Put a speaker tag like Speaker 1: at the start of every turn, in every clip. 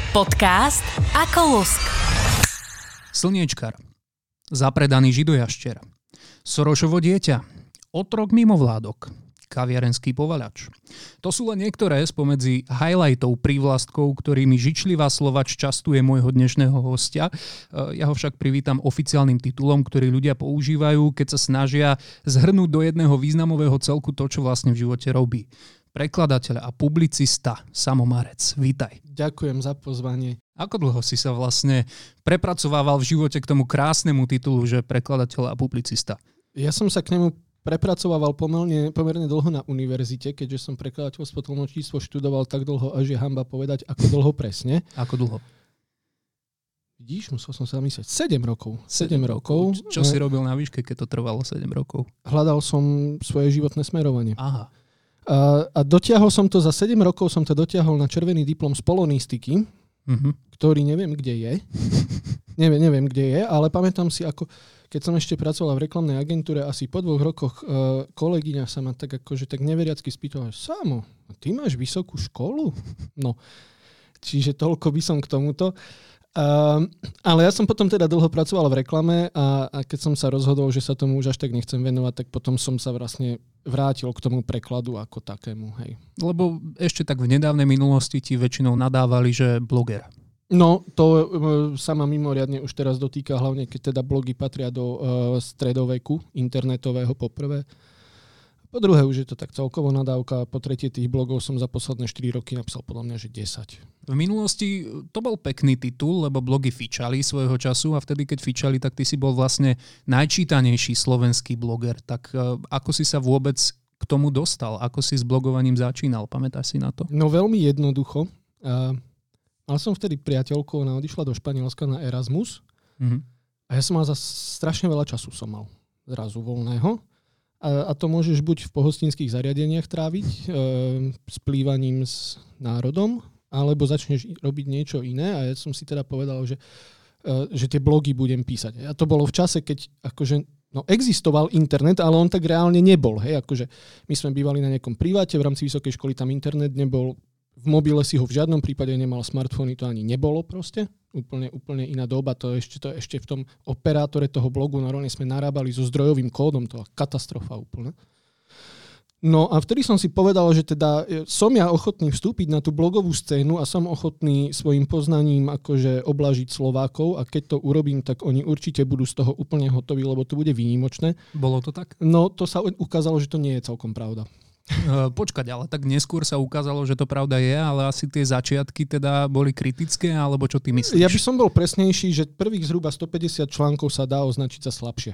Speaker 1: Podcast Ako lusk.
Speaker 2: Slniečkar, zapredaný židojašter, Sorošovo dieťa, otrok mimovládok, kaviarenský povaľač. To sú len niektoré spomedzi highlightov prívlastkov, ktorými žičlivá Slovač častuje môjho dnešného hostia. Ja ho však privítam oficiálnym titulom, ktorý ľudia používajú, keď sa snažia zhrnúť do jedného významového celku to, čo vlastne v živote robí. Prekladateľ a publicista Samo Marec. Vítaj.
Speaker 3: Ďakujem za pozvanie.
Speaker 2: Ako dlho si sa vlastne prepracovával v živote k tomu krásnemu titulu, že prekladateľ a publicista?
Speaker 3: Ja som sa k nemu prepracovával pomerne dlho na univerzite, keďže som prekladateľstvo tlmočníctvo študoval tak dlho, až je hanba povedať, ako dlho presne.
Speaker 2: Ako dlho?
Speaker 3: Vidíš, musel som sa zamyslieť. 7 rokov. 7 rokov.
Speaker 2: Čo si robil na výške, keď to trvalo 7 rokov?
Speaker 3: Hľadal som svoje životné smerovanie.
Speaker 2: Aha.
Speaker 3: A dotiahol som to, za 7 rokov som to dotiahol na červený diplom z polonistiky, ktorý neviem, kde je. neviem, kde je, ale pamätám si, ako keď som ešte pracoval v reklamnej agentúre, asi po 2 rokoch kolegyňa sa ma tak akože tak neveriacky spýtala, Samo, ty máš vysokú školu? No, čiže toľko by som k tomuto. Ale ja som potom teda dlho pracoval v reklame a keď som sa rozhodol, že sa tomu už až tak nechcem venovať, tak potom som sa vlastne vrátil k tomu prekladu ako takému. Hej.
Speaker 2: Lebo ešte tak v nedávnej minulosti ti väčšinou nadávali, že bloger.
Speaker 3: No, to sa ma mimoriadne už teraz dotýka, hlavne keď teda blogy patria do stredoveku internetového poprvé. Po druhé už je to tak celkovo nadávka, po tretie tých blogov som za posledné 4 roky napísal podľa mňa, že 10.
Speaker 2: V minulosti to bol pekný titul, lebo blogy fičali svojho času a vtedy, keď fičali, tak ty si bol vlastne najčítanejší slovenský bloger. Tak ako si sa vôbec k tomu dostal? Ako si s blogovaním začínal? Pamätáš si na to?
Speaker 3: No veľmi jednoducho. Mal som vtedy priateľku, ona odišla do Španielska na Erasmus a ja som mal strašne veľa času zrazu voľného. A to môžeš buď v pohostinských zariadeniach tráviť, splývaním s národom, alebo začneš robiť niečo iné. A ja som si teda povedal, že tie blogy budem písať. A to bolo v čase, keď akože, existoval internet, ale on tak reálne nebol. Hej? Akože my sme bývali na nejakom priváte, v rámci vysokej školy tam internet nebol. V mobile si ho v žiadnom prípade nemal, smartfóny to ani nebolo proste. Úplne iná doba, to ešte v tom operátore toho blogu normálne sme narábali so zdrojovým kódom, to je katastrofa úplne. No a vtedy som si povedal, že teda som ja ochotný vstúpiť na tú blogovú scénu a som ochotný svojim poznaním akože oblažiť Slovákov a keď to urobím, tak oni určite budú z toho úplne hotoví, lebo to bude výnimočné.
Speaker 2: Bolo to tak?
Speaker 3: No to sa ukázalo, že to nie je celkom pravda.
Speaker 2: Počkať, ale tak neskôr sa ukázalo, že to pravda je, ale asi tie začiatky teda boli kritické, alebo čo ty myslíš?
Speaker 3: Ja by som bol presnejší, že prvých zhruba 150 článkov sa dá označiť za slabšie.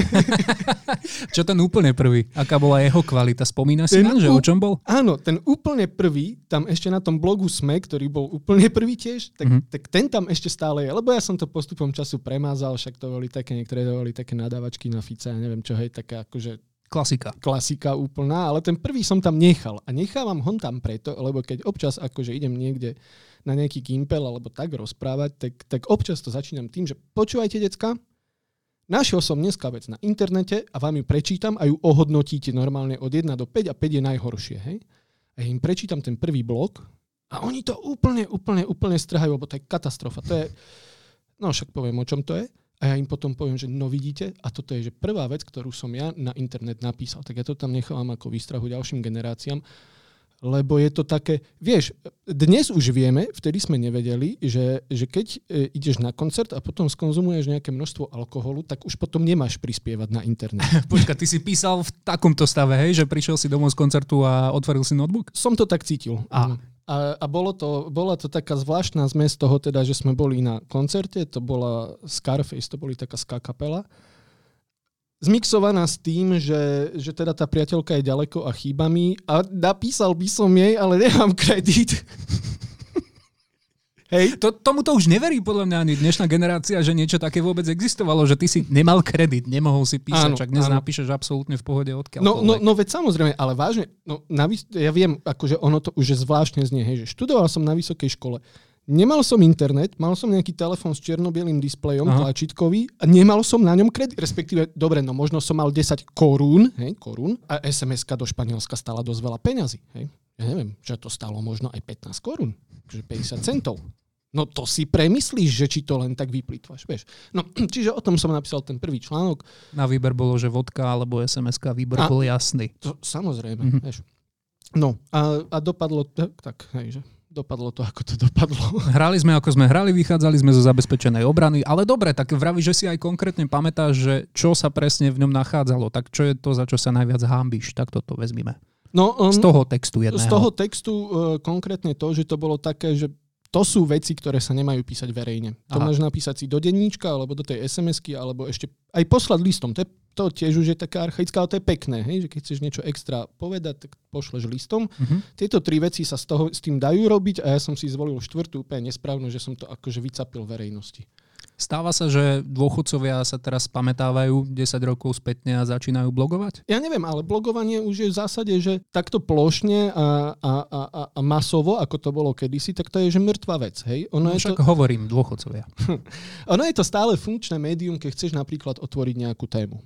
Speaker 2: Čo ten úplne prvý? Aká bola jeho kvalita? Spomínaš si na, že o čom bol?
Speaker 3: Áno, ten úplne prvý, tam ešte na tom blogu SME, ktorý bol úplne prvý tiež, tak ten tam ešte stále je, lebo ja som to postupom času premázal, však to boli také, niektoré to boli také nadávačky na Fica, ja neviem čo, hej, také akože Klasika úplná, ale ten prvý som tam nechal. A nechávam ho tam preto, lebo keď občas akože idem niekde na nejaký gimpel alebo tak rozprávať, tak občas to začínam tým, že počúvajte, decka, našiel som dneska vec na internete a vám ju prečítam a ju ohodnotíte normálne od 1 do 5 a 5 je najhoršie. Hej? A ja im prečítam ten prvý blok a oni to úplne strhajú, lebo to je katastrofa. To je, však poviem, o čom to je. A ja im potom poviem, že vidíte, a toto je že prvá vec, ktorú som ja na internet napísal. Tak ja to tam nechávam ako výstrahu ďalším generáciám, lebo je to také, vieš, dnes už vieme, vtedy sme nevedeli, že keď ideš na koncert a potom skonzumuješ nejaké množstvo alkoholu, tak už potom nemáš prispievať na internet.
Speaker 2: Počkaj, ty si písal v takomto stave, hej, že prišiel si domov z koncertu a otvoril si notebook?
Speaker 3: Som to tak cítil. A bola to taká zvláštna zmes toho, teda, že sme boli na koncerte, to bola Scarface, to boli taká ska kapela, zmixovaná s tým, že teda tá priateľka je ďaleko a chýba mi a napísal by som jej, ale nemám kredit. Hej.
Speaker 2: Tomu to už neverí podľa mňa ani dnešná generácia, že niečo také vôbec existovalo, že ty si nemal kredit, nemohol si písať, čak dnes napíšeš absolútne v pohode odkiaľ.
Speaker 3: No veď samozrejme, ale vážne, ja viem, akože ono to už je zvláštne znie, hej, že študoval som na vysokej škole, nemal som internet, mal som nejaký telefón s čierno-bielým displejom, tlačítkový a nemal som na ňom kredit, respektíve, dobre, možno som mal 10 korún a SMS-ka do Španielska stála dosť veľa peňazí, hej. Ja neviem, že to stálo možno aj 15 korún, takže 50 centov. No to si premyslíš, že či to len tak vyplýtvaš, vieš. No, čiže o tom som napísal ten prvý článok.
Speaker 2: Na výber bolo, že vodka alebo SMS-ka, výber bol jasný.
Speaker 3: To, samozrejme, vieš. No a dopadlo tak, hej, že dopadlo to, ako to dopadlo.
Speaker 2: Hrali sme, ako sme hrali, vychádzali sme zo zabezpečenej obrany, ale dobre, tak vraví, že si aj konkrétne pamätáš, že čo sa presne v ňom nachádzalo, tak čo je to, za čo sa najviac hanbíš, tak toto vezmime.
Speaker 3: No,
Speaker 2: z toho textu jedného.
Speaker 3: Z toho textu konkrétne to, že to bolo také, že to sú veci, ktoré sa nemajú písať verejne. To máš napísať si do denníčka, alebo do tej SMS-ky, alebo ešte aj poslať listom. To tiež už je taká archaická, ale to je pekné, hej? Že keď chceš niečo extra povedať, tak pošleš listom. Tieto 3 veci sa s tým dajú robiť a ja som si zvolil 4. úplne nesprávnu, že som to akože vycapil verejnosti.
Speaker 2: Stáva sa, že dôchodcovia sa teraz pamätávajú 10 rokov spätne a začínajú blogovať?
Speaker 3: Ja neviem, ale blogovanie už je v zásade, že takto plošne a masovo, ako to bolo kedysi, tak to je, že mŕtva vec. Hej?
Speaker 2: Však hovorím, dôchodcovia.
Speaker 3: Ono je to stále funkčné médium, keď chceš napríklad otvoriť nejakú tému.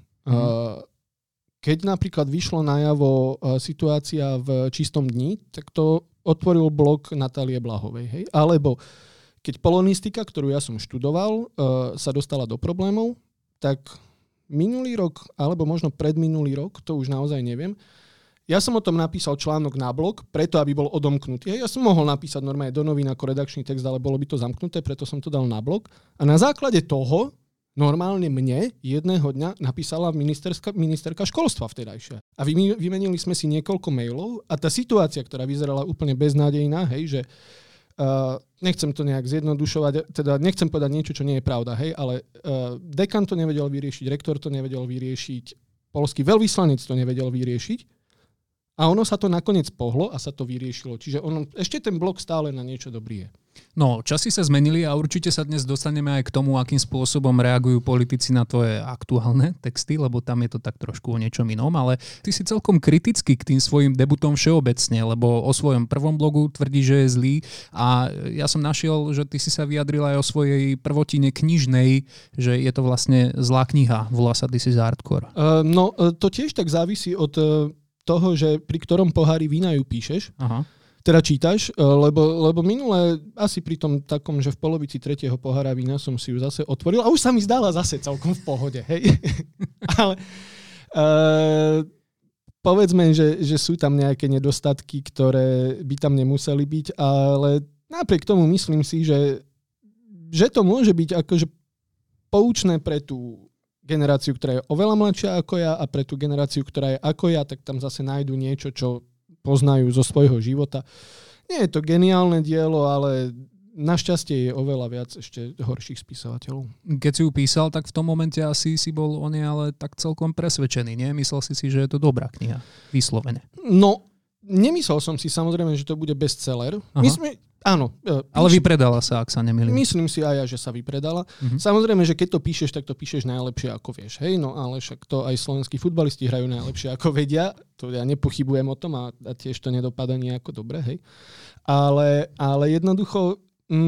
Speaker 3: Keď napríklad vyšlo najavo situácia v Čistom dni, tak to otvoril blog Natálie Blahovej. Hej? Alebo keď polonistika, ktorú ja som študoval, sa dostala do problémov, tak minulý rok, alebo možno predminulý rok, to už naozaj neviem, ja som o tom napísal článok na blog, preto aby bol odomknutý. Ja som mohol napísať normálne do novín ako redakčný text, ale bolo by to zamknuté, preto som to dal na blog. A na základe toho normálne mne jedného dňa napísala ministerka školstva vtedajšia. A vymenili sme si niekoľko mailov a tá situácia, ktorá vyzerala úplne beznádejná, hej, že nechcem to nejak zjednodušovať, teda nechcem povedať niečo, čo nie je pravda, hej, ale dekan to nevedel vyriešiť, rektor to nevedel vyriešiť, poľský veľvyslanec to nevedel vyriešiť a ono sa to nakoniec pohlo a sa to vyriešilo. Čiže ešte ten blog stále na niečo dobrý je.
Speaker 2: No, časy sa zmenili a určite sa dnes dostaneme aj k tomu, akým spôsobom reagujú politici na tvoje aktuálne texty, lebo tam je to tak trošku o niečom inom, ale ty si celkom kritický k tým svojim debutom všeobecne, lebo o svojom prvom blogu tvrdí, že je zlý a ja som našiel, že ty si sa vyjadril aj o svojej prvotine knižnej, že je to vlastne zlá kniha, volá sa This is Hardcore.
Speaker 3: To tiež tak závisí od toho, že pri ktorom pohári vína ju píšeš.
Speaker 2: Aha.
Speaker 3: Teda čítaš, lebo minule asi pri tom takom, že v polovici 3. pohára vína som si ju zase otvoril a už sa mi zdala zase celkom v pohode, hej. Ale povedzme, že sú tam nejaké nedostatky, ktoré by tam nemuseli byť, ale napriek tomu myslím si, že to môže byť akože poučné pre tú generáciu, ktorá je oveľa mladšia ako ja a pre tú generáciu, ktorá je ako ja, tak tam zase nájdu niečo, čo poznajú zo svojho života. Nie je to geniálne dielo, ale našťastie je oveľa viac ešte horších spisovateľov.
Speaker 2: Keď si ju písal, tak v tom momente asi si bol o nej ale tak celkom presvedčený, nie? Myslel si, že je to dobrá kniha, vyslovene.
Speaker 3: No, nemyslel som si samozrejme, že to bude bestseller. Áno.
Speaker 2: Ale vypredala sa, ak sa nemýlim.
Speaker 3: Myslím si aj ja, že sa vypredala. Samozrejme, že keď to píšeš, tak to píšeš najlepšie, ako vieš. Hej? No ale však to aj slovenskí futbalisti hrajú najlepšie, ako vedia. To ja nepochybujem o tom a tiež to nedopadá nejako dobre. Hej? Ale jednoducho,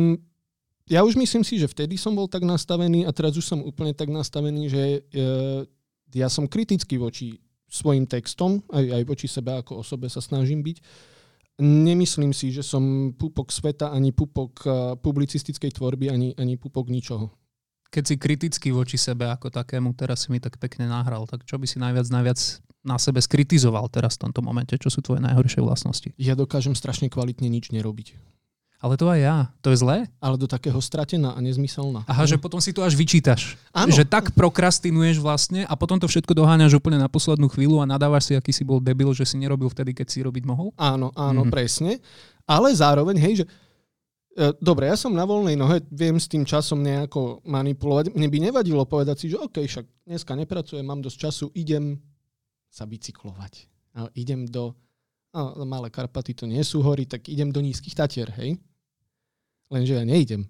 Speaker 3: ja už myslím si, že vtedy som bol tak nastavený a teraz už som úplne tak nastavený, že ja som kritický voči svojim textom, aj voči sebe ako osobe sa snažím byť. Nemyslím si, že som pupok sveta, ani pupok publicistickej tvorby, ani pupok ničoho.
Speaker 2: Keď si kritický voči sebe ako takému, teraz si mi tak pekne nahral, tak čo by si najviac na sebe skritizoval teraz v tomto momente? Čo sú tvoje najhoršie vlastnosti?
Speaker 3: Ja dokážem strašne kvalitne nič nerobiť.
Speaker 2: Ale to aj ja. To je zlé?
Speaker 3: Ale do takého stratená a nezmyselná.
Speaker 2: Aha, že potom si to až vyčítaš.
Speaker 3: Áno.
Speaker 2: Že tak prokrastinuješ vlastne a potom to všetko doháňaš úplne na poslednú chvíľu a nadávaš si, aký si bol debil, že si nerobil vtedy, keď si robiť mohol?
Speaker 3: Áno, presne. Ale zároveň, hej, že dobre, ja som na voľnej nohe, viem s tým časom nejako manipulovať. Mne by nevadilo povedať si, že OK, však dneska nepracujem, mám dosť času, idem sa bicyklovať. Idem do Malé Karpaty to nie sú hory, tak idem do Nízkych Tatier, hej? Lenže ja neidem.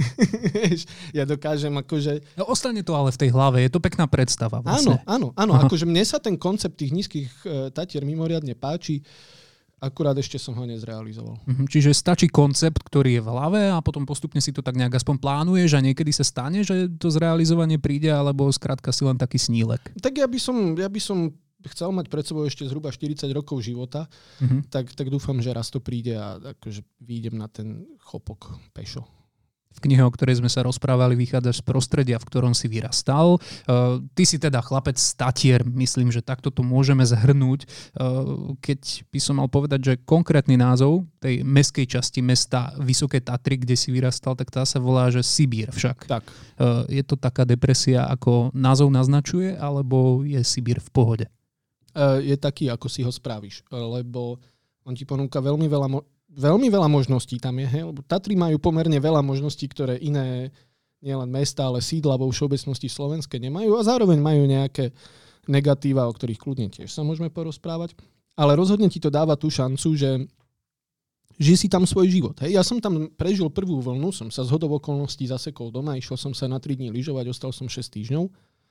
Speaker 3: Ja dokážem akože...
Speaker 2: No, ostane to ale v tej hlave, je to pekná predstava vlastne.
Speaker 3: Áno, akože mne sa ten koncept tých Nízkych Tatier mimoriadne páči, akurát ešte som ho nezrealizoval.
Speaker 2: Čiže stačí koncept, ktorý je v hlave a potom postupne si to tak nejak aspoň plánuješ a niekedy sa stane, že to zrealizovanie príde, alebo skrátka si len taký snílek.
Speaker 3: Tak ja by som chcel mať pred sebou ešte zhruba 40 rokov života, tak dúfam, že raz to príde a akože výjdem na ten chopok pešo.
Speaker 2: V knihe, o ktorej sme sa rozprávali, vychádzaš z prostredia, v ktorom si vyrastal. Ty si teda chlapec z Tatier, myslím, že takto to môžeme zhrnúť. Keď by som mal povedať, že konkrétny názov tej mestskej časti mesta Vysoké Tatry, kde si vyrastal, tak tá sa volá, že Sibír však.
Speaker 3: Tak.
Speaker 2: Je to taká depresia, ako názov naznačuje, alebo je Sibír v pohode?
Speaker 3: Je taký, ako si ho spravíš, lebo on ti ponúka veľmi veľa možností tam je, lebo Tatry majú pomerne veľa možností, ktoré iné, nielen mesta, ale sídla vo všeobecnosti slovenské nemajú a zároveň majú nejaké negatíva, o ktorých kľudne tiež sa môžeme porozprávať. Ale rozhodne ti to dáva tú šancu, že žij si tam svoj život. Hej. Ja som tam prežil prvú vlnu, som sa zhodou okolností zasekol doma, išiel som sa na 3 dní lyžovať, ostal som 6 týždňov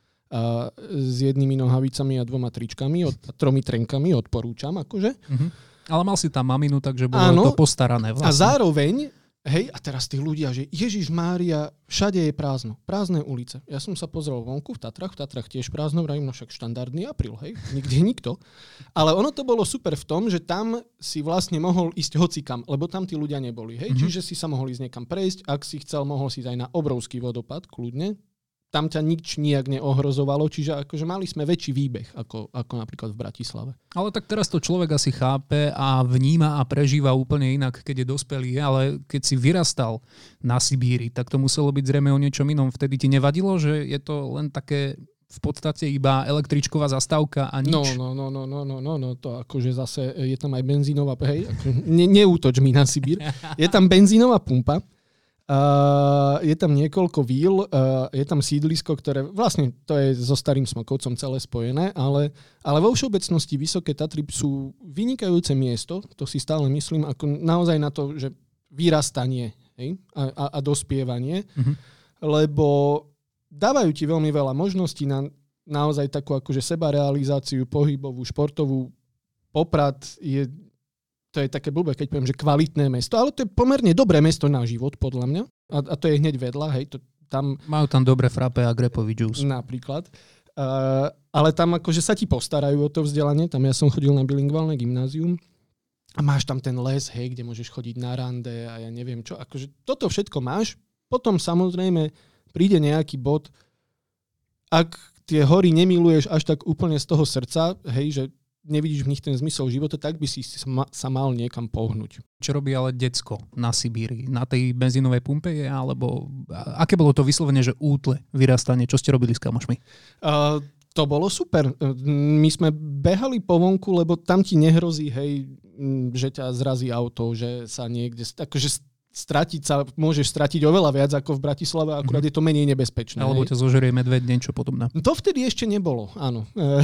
Speaker 3: s jednými nohavicami a 2 tričkami, 3 trenkami, odporúčam akože.
Speaker 2: Ale mal si tam maminu, takže bolo to postarané. Vlastne.
Speaker 3: A zároveň, hej, a teraz tí ľudia, že Ježiš Mária, všade je prázdno. Prázdne ulice. Ja som sa pozrel vonku v Tatrach tiež prázdno, vravím, no však štandardný apríl, hej, nikde nikto. Ale ono to bolo super v tom, že tam si vlastne mohol ísť hocikam, lebo tam tí ľudia neboli, hej. Čiže si sa mohol ísť niekam prejsť, ak si chcel, mohol si ísť aj na obrovský vodopád, kľudne. Tam ťa nič nijak neohrozovalo, čiže akože mali sme väčší výbeh ako napríklad v Bratislave. Ale
Speaker 2: tak teraz to človek asi chápe a vníma a prežíva úplne inak, keď je dospelý, ale keď si vyrastal na Sibíri, tak to muselo byť zrejme o niečom inom. Vtedy ti nevadilo, že je to len také v podstate iba električková zastávka a nič?
Speaker 3: No, to akože zase je tam aj benzínová, hej, neútoč mi na Sibír. Je tam benzínová pumpa. Je tam niekoľko víl, je tam sídlisko, ktoré vlastne to je so Starým Smokovcom celé spojené, ale vo všeobecnosti Vysoké Tatry sú vynikajúce miesto, to si stále myslím, ako naozaj na to, že vyrastanie, hej, a dospievanie, lebo dávajú ti veľmi veľa možností na naozaj takú akože sebarealizáciu pohybovú, športovú. Poprad to je také blbé, keď poviem, že kvalitné mesto, ale to je pomerne dobré mesto na život, podľa mňa. A to je hneď vedľa, hej.
Speaker 2: Majú tam dobré frappe a grepový džús.
Speaker 3: Napríklad. Ale tam akože sa ti postarajú o to vzdelanie. Tam ja som chodil na bilingválne gymnázium a máš tam ten les, hej, kde môžeš chodiť na rande a ja neviem čo. Akože toto všetko máš. Potom samozrejme príde nejaký bod, ak tie hory nemiluješ až tak úplne z toho srdca, hej, že nevidíš v nich ten zmysel života, tak by si sa mal niekam pohnúť.
Speaker 2: Čo robí ale decko na Sibíri? Na tej benzínovej pumpe je? Alebo aké bolo to vyslovene, že útle vyrastanie? Čo ste robili s kamošmi?
Speaker 3: To bolo super. My sme behali po vonku, lebo tam ti nehrozí, hej, že ťa zrazí auto, že sa niekde... Akože môžeš stratiť oveľa viac ako v Bratislave, akurát je to menej nebezpečné.
Speaker 2: Alebo ťa zožerie medveď, niečo podobné.
Speaker 3: To vtedy ešte nebolo, áno.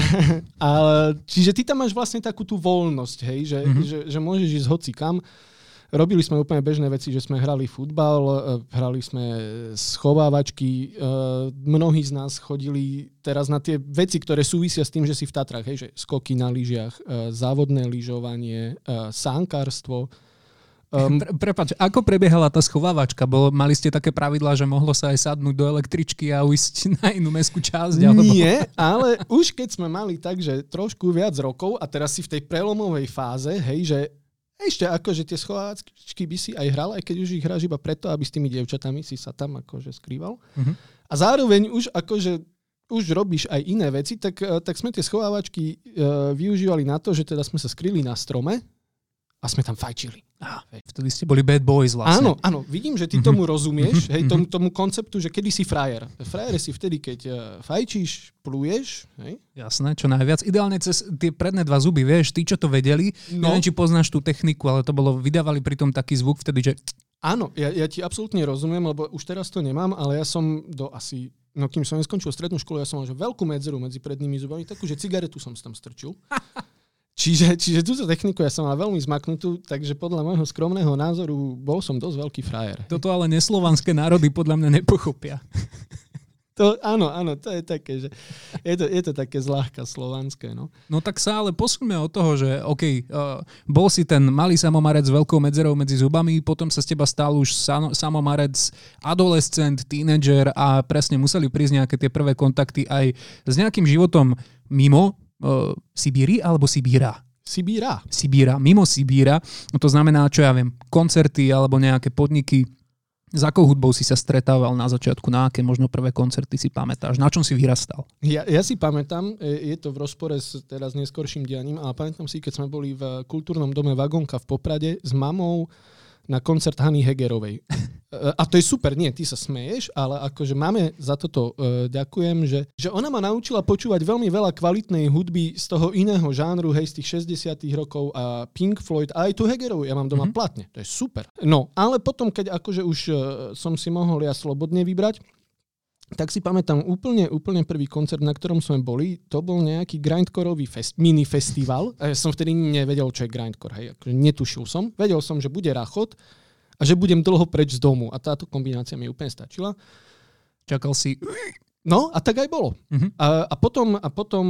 Speaker 3: Čiže ty tam máš vlastne takú tú voľnosť, hej, že môžeš ísť hocikam. Robili sme úplne bežné veci, že sme hrali futbal, hrali sme schovávačky, mnohí z nás chodili teraz na tie veci, ktoré súvisia s tým, že si v Tatrách, hej, že skoky na lyžiach, závodné lyžovanie, sánkárstvo.
Speaker 2: Prepáč, ako prebiehala tá schovávačka? Mali ste také pravidlá, že mohlo sa aj sadnúť do električky a ujsť na inú mestskú časť? Alebo...
Speaker 3: Nie, ale už keď sme mali tak, že trošku viac rokov a teraz si v tej prelomovej fáze, hej, že ešte akože tie schovávačky by si aj hral, aj keď už ich hráš iba preto, aby s tými dievčatami si sa tam akože skrýval. A zároveň už akože už robíš aj iné veci, tak sme tie schovávačky využívali na to, že teda sme sa skryli na strome a sme tam fajčili.
Speaker 2: Vtedy ste boli bad boys vlastne.
Speaker 3: Áno, vidím, že ty tomu rozumieš, hej, tomu konceptu, že kedy si frajer. Frajer si vtedy, keď fajčíš, pluješ. Hej.
Speaker 2: Jasné, čo najviac. Ideálne cez tie predné 2 zuby, vieš, tí, čo to vedeli, neviem, či poznáš tú techniku, ale to bolo, vydávali pritom taký zvuk vtedy, že...
Speaker 3: Áno, ja ti absolútne rozumiem, lebo už teraz to nemám, ale ja som kým som neskončil strednú školu, ja som mal veľkú medzeru medzi prednými zubami, takú, že cigaretu som si tam strčil. Čiže túto techniku ja som mal veľmi zmaknutú, takže podľa môjho skromného názoru bol som dosť veľký frajer.
Speaker 2: Toto ale neslovanské národy podľa mňa nepochopia.
Speaker 3: Áno, to je také, že je to také zľahka slovanské. No
Speaker 2: tak sa ale posuňme od toho, že bol si ten malý samomarec s veľkou medzerou medzi zubami, potom sa z teba stal už samomarec, adolescent, tínedžer a presne museli prísť nejaké tie prvé kontakty aj s nejakým životom mimo Sibíri alebo Sibíra? Sibíra, mimo Sibíra. No to znamená, čo ja viem, koncerty alebo nejaké podniky, S akou hudbou si sa stretával na začiatku, na aké možno prvé koncerty si pamätáš? Na čom si vyrastal?
Speaker 3: Ja si pamätám, je to v rozpore s teraz neskorším dianím, ale pamätám si, keď sme boli v kultúrnom dome Vagonka v Poprade s mamou na koncert Hany Hegerovej. A to je super, nie, ty sa smeješ, ale akože máme za toto ďakujem, že ona ma naučila počúvať veľmi veľa kvalitnej hudby z toho iného žánru, hej, z tých 60. rokov a Pink Floyd, a aj tu Hegerovu, ja mám doma platne, to je super. No, ale potom, keď akože už som si mohol ja slobodne vybrať, tak si pamätám úplne prvý koncert, na ktorom sme boli, to bol nejaký grindcoreový mini festival. A ja som vtedy nevedel, čo je grindcore, hej, akože netušil som. Vedel som, že bude rachot a že budem dlho preč z domu. A táto kombinácia mi úplne stačila.
Speaker 2: Čakal si...
Speaker 3: No, a tak aj bolo. A potom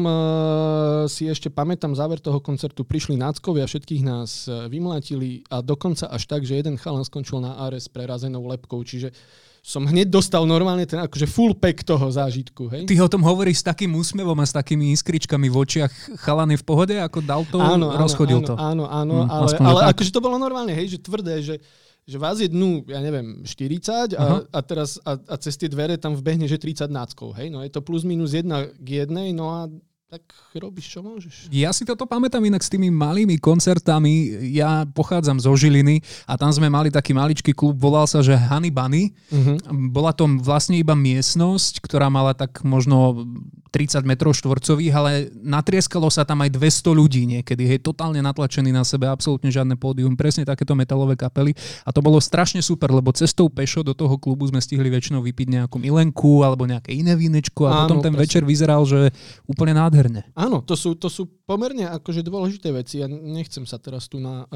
Speaker 3: si ešte pamätám záver toho koncertu, prišli náckovia, všetkých nás vymlátili a dokonca až tak, že jeden chalan skončil na ARS prerazenou lebkou, čiže som hneď dostal normálne ten akože full pack toho zážitku. Hej?
Speaker 2: Ty o tom hovoríš s takým úsmevom a s takými iskričkami v očiach, chalan je v pohode, ako dal to, rozchodil to.
Speaker 3: Áno, ale akože to bolo normálne, hej, že tvrdé, že vás je dnu, ja neviem, 40 a teraz a cez tie dvere tam vbehne, že 30 náckov, hej, no je to plus minus 1 k 1, no a tak robíš, čo môžeš. Ja
Speaker 2: si toto pamätám inak s tými malými koncertami. Ja pochádzam zo Žiliny a tam sme mali taký maličký klub, volal sa, že Honey Bunny. Bola to vlastne iba miestnosť, ktorá mala tak možno 30 metrov štvorcových, ale natrieskalo sa tam aj 200 ľudí niekedy. Hej, totálne natlačený na sebe, absolútne žiadne pódium, presne takéto metalové kapely. A to bolo strašne super, lebo cestou pešo do toho klubu sme stihli väčšinou vypiť nejakú milenku alebo nejaké iné vínečko a potom ten večer vyzeral, že úplne nádherne.
Speaker 3: Áno, to sú pomerne akože dôležité veci. Ja nechcem sa teraz tu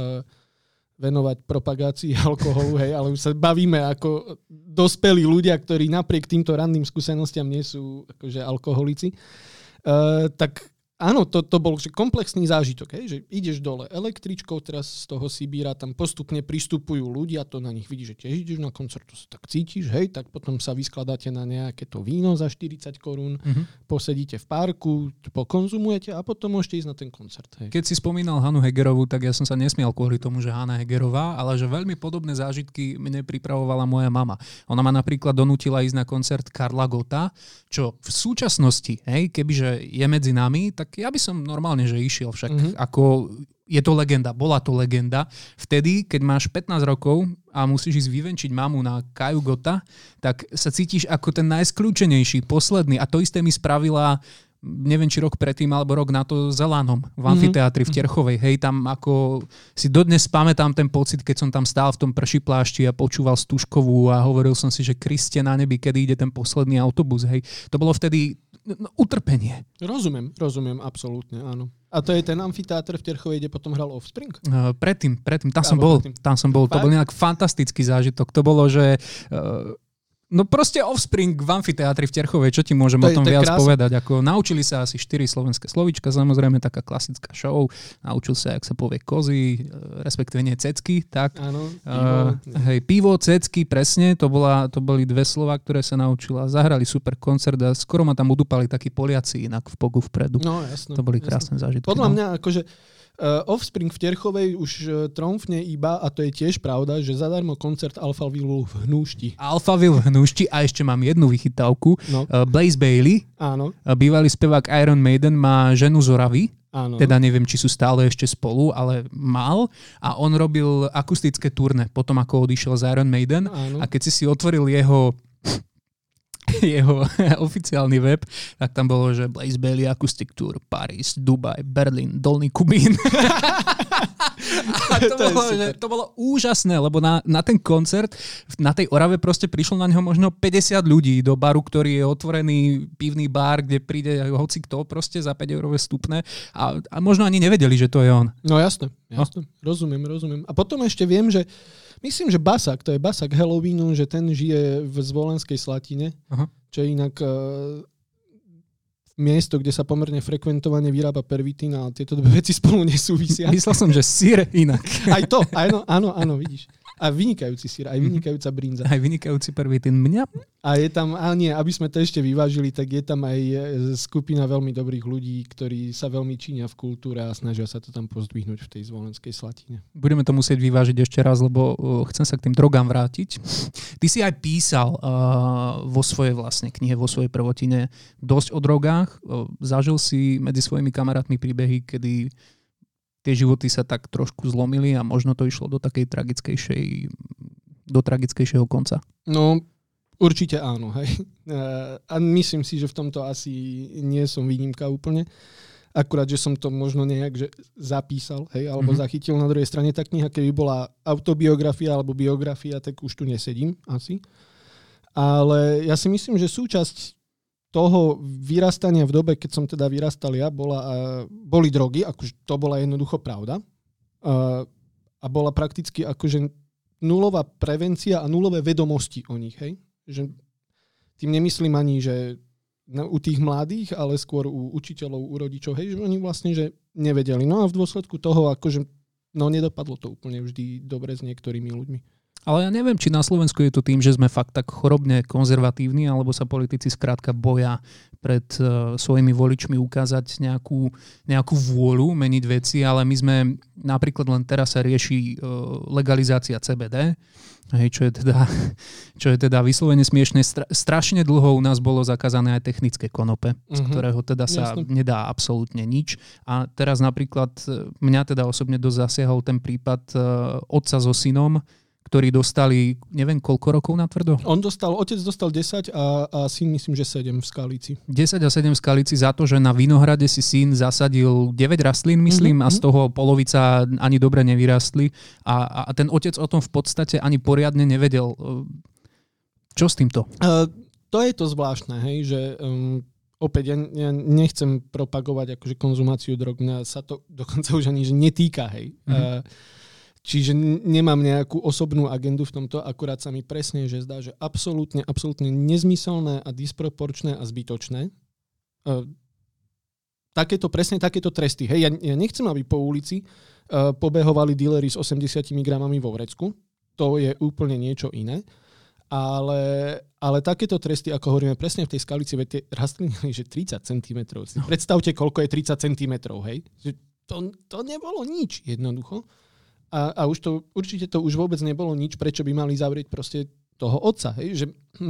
Speaker 3: venovať propagácii alkoholu, hej, ale už sa bavíme ako dospelí ľudia, ktorí napriek týmto ranným skúsenostiam nie sú akože alkoholici. Tak áno, to bol komplexný zážitok, hej, že ideš dole električkou, teraz z toho Sibíra tam postupne pristupujú ľudia, to na nich vidíš, že tiež ideš na koncert, to sa tak cítiš, hej, tak potom sa vyskladáte na nejaké to víno za 40 korún, posedíte v parku, pokonzumujete a potom môžete ísť na ten koncert. Hej.
Speaker 2: Keď si spomínal Hanu Hegerovú, tak ja som sa nesmial kvôli tomu, že Hana Hegerová, ale že veľmi podobné zážitky mne pripravovala moja mama. Ona ma napríklad donútila ísť na koncert Karla Gotta, čo v súčasnosti, hej, kebyže je medzi nami, tak ja by som normálne, že išiel však ako je to legenda, bola to legenda. Vtedy, keď máš 15 rokov a musíš ísť vyvenčiť mamu na Kaju Gotta, tak sa cítiš ako ten najskľúčenejší, posledný. A to isté mi spravila, neviem, či rok predtým, alebo rok na to Zelánom v amfiteátri v Terchovej. Hej, tam ako si dodnes pamätám ten pocit, keď som tam stál v tom prší plášti a počúval Stužkovú a hovoril som si, že Kriste na nebi, kedy ide ten posledný autobus. Hej, to bolo vtedy utrpenie.
Speaker 3: Rozumiem, absolútne, áno. A to je ten amfiteátr v Terchovej, kde potom hral Offspring?
Speaker 2: Predtým. Tam som bol. To bol nejak fantastický zážitok. To bolo, že... No proste Offspring v amfiteátri v Terchovej, čo ti môžem o tom viac povedať? Ako naučili sa asi 4 slovenské slovíčka, samozrejme taká klasická show. Naučil sa, jak sa povie kozy, respektíve nie cecky, tak.
Speaker 3: Áno,
Speaker 2: pivo, cecky, presne, to boli 2 slova, ktoré sa naučila. Zahrali super koncert a skoro ma tam udupali takí Poliaci inak v pogu vpredu.
Speaker 3: No, jasno.
Speaker 2: To boli krásne zážitky.
Speaker 3: Podľa mňa, akože Offspring v Terchovej už tromfne iba, a to je tiež pravda, že zadarmo koncert Alphavillu v Hnúšti.
Speaker 2: Alphaville v Hnúšti a ešte mám jednu vychytávku. No. Blaze Bayley,
Speaker 3: áno.
Speaker 2: Bývalý spevák Iron Maiden, má ženu z Oravy.
Speaker 3: Áno.
Speaker 2: Teda neviem, či sú stále ešte spolu, ale mal. A on robil akustické turné potom, ako odišiel z Iron Maiden.
Speaker 3: Áno.
Speaker 2: A keď si otvoril jeho oficiálny web, tak tam bolo, že Blaze Bayley Acoustic Tour, Paris, Dubaj, Berlín, Dolný Kubín. A to bolo úžasné, lebo na ten koncert na tej Orave proste prišlo na neho možno 50 ľudí do baru, ktorý je otvorený pivný bar, kde príde hoci kto proste za 5 eurové vstupné a možno ani nevedeli, že to je on.
Speaker 3: No jasné. Rozumiem. A potom ešte viem, že myslím, že Basak, to je Basak Halloweenu, že ten žije v Zvolenskej Slatine, čo je inak miesto, kde sa pomerne frekventovane vyrába pervitín a tieto dve veci spolu nesúvisia.
Speaker 2: Myslel som, že syr inak.
Speaker 3: Aj to, áno, vidíš. A vynikajúci syr, aj vynikajúca brinza.
Speaker 2: Aj vynikajúci prvý ten mňa.
Speaker 3: A je tam, ale nie, aby sme to ešte vyvážili, tak je tam aj skupina veľmi dobrých ľudí, ktorí sa veľmi čínia v kultúre a snažia sa to tam pozdvihnúť v tej Zvolenskej Slatine.
Speaker 2: Budeme to musieť vyvážiť ešte raz, lebo chcem sa k tým drogám vrátiť. Ty si aj písal vo svojej vlastne knihe, vo svojej prvotine dosť o drogách. Zažil si medzi svojimi kamarátmi príbehy, kedy tie životy sa tak trošku zlomili a možno to išlo do takej tragickejšieho konca.
Speaker 3: No, určite áno, hej. A myslím si, že v tomto asi nie som výnimka úplne. Akurát, že som to možno nejak že zapísal, hej, alebo zachytil. Na druhej strane tá kniha, keby bola autobiografia alebo biografia, tak už tu nesedím asi. Ale ja si myslím, že súčasť toho vyrastania v dobe, keď som teda vyrastal ja, boli drogy, akože to bola jednoducho pravda. A bola prakticky akože nulová prevencia a nulové vedomosti o nich. Hej? Že tým nemyslím ani, že u tých mladých, ale skôr u učiteľov, u rodičov, hej, že oni vlastne že nevedeli. No a v dôsledku toho akože nedopadlo to úplne vždy dobre s niektorými ľuďmi.
Speaker 2: Ale ja neviem, či na Slovensku je to tým, že sme fakt tak chorobne konzervatívni, alebo sa politici skrátka boja pred svojimi voličmi ukázať nejakú vôľu meniť veci, ale my sme napríklad len teraz sa rieši legalizácia CBD, čo je teda vyslovene smiešne. Strašne dlho u nás bolo zakázané aj technické konope, z ktorého teda sa nedá absolútne nič. A teraz napríklad mňa teda osobne dosť zasiahol ten prípad otca so synom, ktorí dostali, neviem, koľko rokov na tvrdo?
Speaker 3: Otec dostal 10 a syn myslím, že 7 v Skalici.
Speaker 2: 10 a 7 v Skalici za to, že na Vinohrade si syn zasadil 9 rastlín, myslím, a z toho polovica ani dobre nevyrastli. A ten otec o tom v podstate ani poriadne nevedel. Čo s týmto?
Speaker 3: To je to zvláštne, hej, že opäť ja nechcem propagovať akože konzumáciu drog, mňa sa to dokonca už ani že netýka, hej. Čiže nemám nejakú osobnú agendu v tomto, akurát sa mi presne že zdá, že absolútne nezmyselné a disproporčné a zbytočné. Takéto tresty. Hej, ja nechcem, aby po ulici pobehovali díleri s 80 gramami vo vrecku. To je úplne niečo iné. Ale takéto tresty, ako hovoríme presne v tej Skalici, veď tie rastliny, že 30 cm. Predstavte, koľko je 30 cm, hej. To nebolo nič jednoducho. A určite to už vôbec nebolo nič, prečo by mali zavrieť proste toho otca. Hej? Že,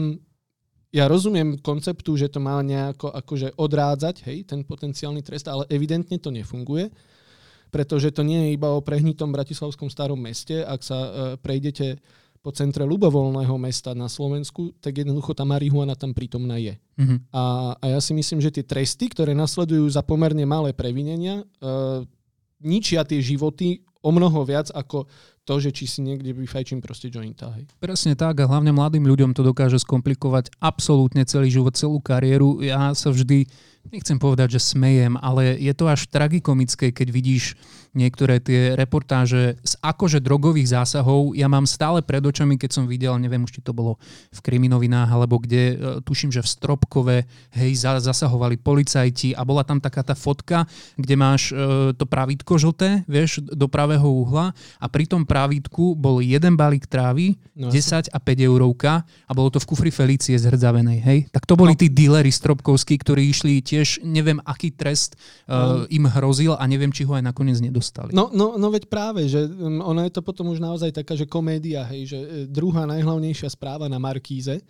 Speaker 3: ja rozumiem konceptu, že to má nejako akože odrádzať, hej, ten potenciálny trest, ale evidentne to nefunguje, pretože to nie je iba o prehnitom bratislavskom starom meste. Ak sa prejdete po centre ľubovoľného mesta na Slovensku, tak jednoducho tá marihuana tam prítomná je. A ja si myslím, že tie tresty, ktoré nasledujú za pomerne malé previnenia, ničia tie životy o mnoho viac ako to, že či si niekde vyfajčím proste jointa. Hej. Presne
Speaker 2: tak a hlavne mladým ľuďom to dokáže skomplikovať absolútne celý život, celú kariéru. Ja sa vždy, nechcem povedať, že smejem, ale je to až tragikomické, keď vidíš niektoré tie reportáže z akože drogových zásahov. Ja mám stále pred očami, keď som videl, neviem už, či to bolo v Kriminovinách, alebo kde, tuším, že v Stropkove, hej, zasahovali policajti a bola tam taká tá fotka, kde máš to pravítko žlté, vieš, do pravého uhla a pri tom pravítku bol jeden balík trávy, 10 a 5 eurovka a bolo to v kufri Felície zhrdzavenej, hej. Tak to boli tí díleri stropkovskí, ktorí išli tiež, neviem, aký trest im hrozil a neviem, či ho aj nakoniec nedostali.
Speaker 3: No veď práve, že ono je to potom už naozaj taká, že komédia, hej, že druhá najhlavnejšia správa na Markíze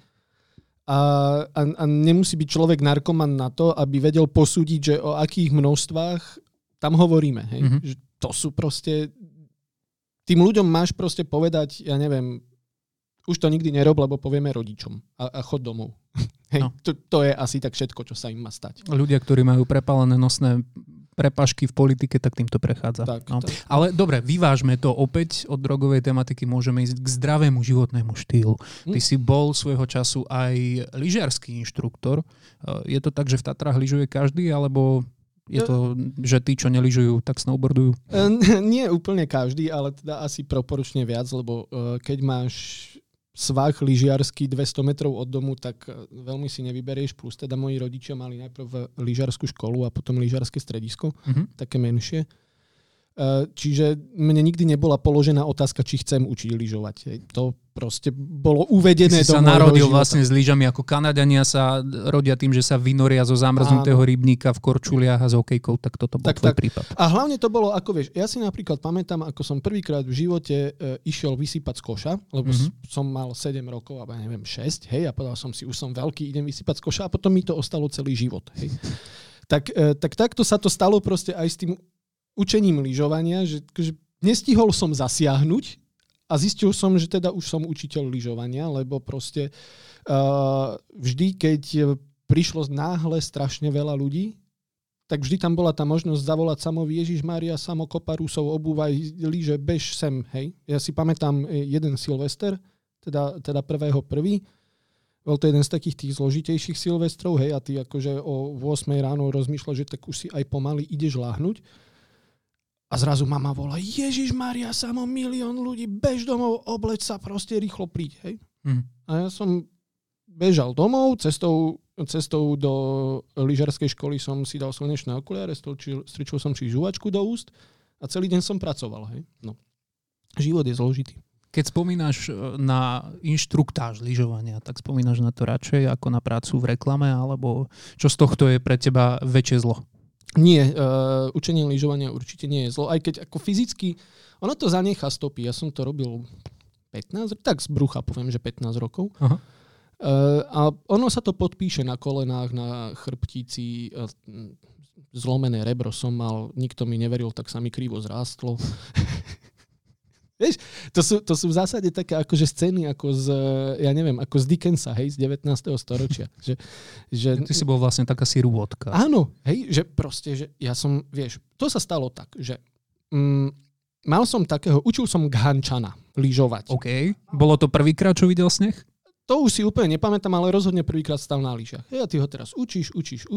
Speaker 3: a nemusí byť človek narkoman na to, aby vedel posúdiť, že o akých množstvách tam hovoríme, hej. Že to sú proste, tým ľuďom máš proste povedať, ja neviem, už to nikdy nerob, lebo povieme rodičom a chod domov. Hej, to je asi tak všetko, čo sa im má stať.
Speaker 2: Ľudia, ktorí majú prepálené nosné prepašky v politike, tak týmto prechádza. Tak. Ale dobre, vyvážme to opäť od drogovej tematiky, môžeme ísť k zdravému životnému štýlu. Ty si bol svojho času aj lyžiarsky inštruktor. Je to tak, že v Tatrách lyžuje každý, alebo je to, že tí, čo nelyžujú, tak snowboardujú?
Speaker 3: Nie úplne každý, ale teda asi proporčne viac, lebo keď máš svah lyžiarsky 200 metrov od domu, tak veľmi si nevyberieš. Plus teda moji rodičia mali najprv lyžiarsku školu a potom lyžiarske stredisko, také menšie. Čiže mne nikdy nebola položená otázka, či chcem učiť lyžovať. To proste bolo uvedené do môjho života.
Speaker 2: Si sa narodil vlastne s lyžami, ako Kanadania sa rodia tým, že sa vynoria zo zamrznutého rybníka v korčuliach a s hokejkou, tak toto bol tvoj prípad.
Speaker 3: A hlavne to bolo, ako vieš, ja si napríklad pamätám, ako som prvýkrát v živote išiel vysypať z koša, lebo som mal 7 rokov, alebo neviem, 6, hej, a povedal som si, už som veľký, idem vysypať z koša a potom mi to ostalo celý život, hej. Tak takto sa to stalo proste aj s tým učením lyžovania, že nestihol som zasiahnuť a zistil som, že teda už som učiteľ lyžovania, lebo proste vždy, keď prišlo náhle strašne veľa ľudí, tak vždy tam bola tá možnosť zavolať Samovi: Ježišmária, Samo, kopa Rusov, obúvaj lyže, bež sem, hej. Ja si pamätám jeden Silvester, teda 1.1. Bol to jeden z takých tých zložitejších Silvestrov, hej, a ty akože o 8 ráno rozmýšľaš, že tak už si aj pomaly ideš láhnuť. A zrazu mama volá: Ježišmária, Samo, 1 000 000 ľudí, bež domov, obleč sa, proste rýchlo príď, hej. A ja som bežal domov, cestou do lyžiarskej školy som si dal slnečné okuliare, stričil som si žuvačku do úst a celý deň som pracoval, hej. No. Život je zložitý.
Speaker 2: Keď spomínaš na inštruktáž lyžovania, tak spomínaš na to radšej ako na prácu v reklame, alebo čo z tohto je pre teba väčšie zlo?
Speaker 3: Nie, učenie lyžovania určite nie je zlo, aj keď ako fyzicky, ono to zanechá stopy. Ja som to robil 15, tak z brucha poviem, že 15 rokov. Aha. A ono sa to podpíše na kolenách, na chrbtici, zlomené rebro som mal, nikto mi neveril, tak sa mi krivo zrástlo. Vieš, to sú v zásade také akože scény ako z, ja neviem, ako z Dickensa, hej, z 19. storočia. Že
Speaker 2: ty si bol vlastne taká sirúvodka.
Speaker 3: Áno, hej, že proste, že ja som, vieš, to sa stalo tak, že učil som Ghančana lyžovať.
Speaker 2: OK. Bolo to prvýkrát, čo videl sneh?
Speaker 3: To už si úplne nepamätám, ale rozhodne prvýkrát stal na lyžiach. Hej, a ty ho teraz učíš,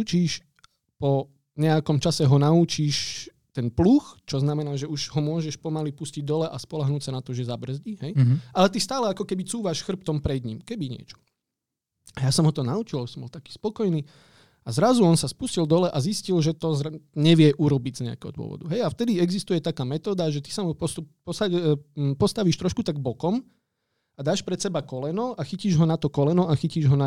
Speaker 3: po nejakom čase ho naučíš ten pluh, čo znamená, že už ho môžeš pomaly pustiť dole a spoľahnúť sa na to, že zabrzdí. Hej? Ale ty stále ako keby cúvaš chrbtom pred ním, keby niečo. A ja som ho to naučil, som bol taký spokojný a zrazu on sa spustil dole a zistil, že to nevie urobiť z nejakého dôvodu. Hej? A vtedy existuje taká metóda, že ty sa mu postavíš trošku tak bokom a dáš pred seba koleno a chytíš ho na to koleno a chytíš ho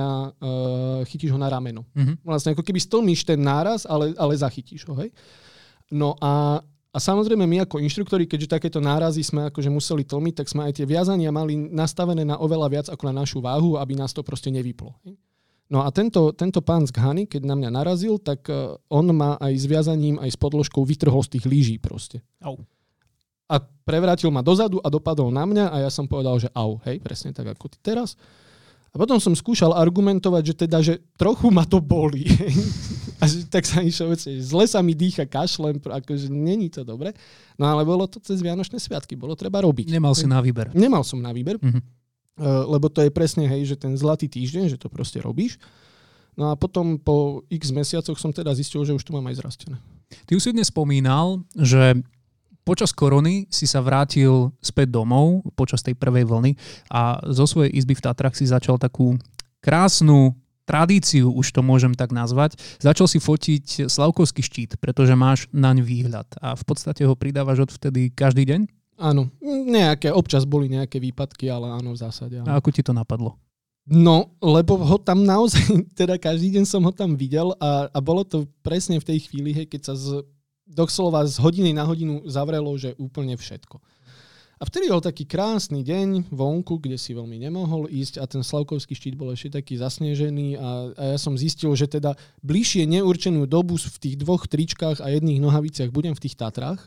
Speaker 3: na rameno. Vlastne ako keby stlmíš ten náraz, ale zachytíš ho. Hej? No a samozrejme my ako inštruktori, keďže takéto nárazy sme akože museli tlmiť, tak sme aj tie viazania mali nastavené na oveľa viac ako na našu váhu, aby nás to proste nevyplo. No a tento pán z Ghany, keď na mňa narazil, tak on ma aj s viazaním, aj s podložkou vytrhol z tých lyží proste.
Speaker 2: Au.
Speaker 3: A prevrátil ma dozadu a dopadol na mňa a ja som povedal, že au, hej, presne tak ako ty teraz. A potom som skúšal argumentovať, že trochu ma to bolí. A tak sa išiel, zle sa mi dýcha, kašlem, akože není to dobre. No ale bolo to cez Vianočné sviatky, bolo treba robiť.
Speaker 2: Nemal si na výber.
Speaker 3: Nemal som na výber, lebo to je presne, hej, že ten zlatý týždeň, že to proste robíš. No a potom po x mesiacoch som teda zistil, že už to mám aj zrastené.
Speaker 2: Ty už si dnes spomínal, že počas korony si sa vrátil späť domov počas tej prvej vlny a zo svojej izby v Tatrách si začal takú krásnu tradíciu, už to môžem tak nazvať. Začal si fotiť Slavkovský štít, pretože máš naň výhľad a v podstate ho pridávaš odvtedy každý deň?
Speaker 3: Áno, občas boli nejaké výpadky, ale áno, v zásade. Áno.
Speaker 2: A ako ti to napadlo?
Speaker 3: No, lebo ho tam naozaj, teda každý deň som ho tam videl a bolo to presne v tej chvíli, hej, keď sa doslova z hodiny na hodinu zavrelo, že úplne všetko. A vtedy bol taký krásny deň vonku, kde si veľmi nemohol ísť a ten Slavkovský štít bol ešte taký zasnežený a ja som zistil, že teda bližšie neurčenú dobu v tých 2 tričkách a jedných nohaviciach budem v tých Tatrách.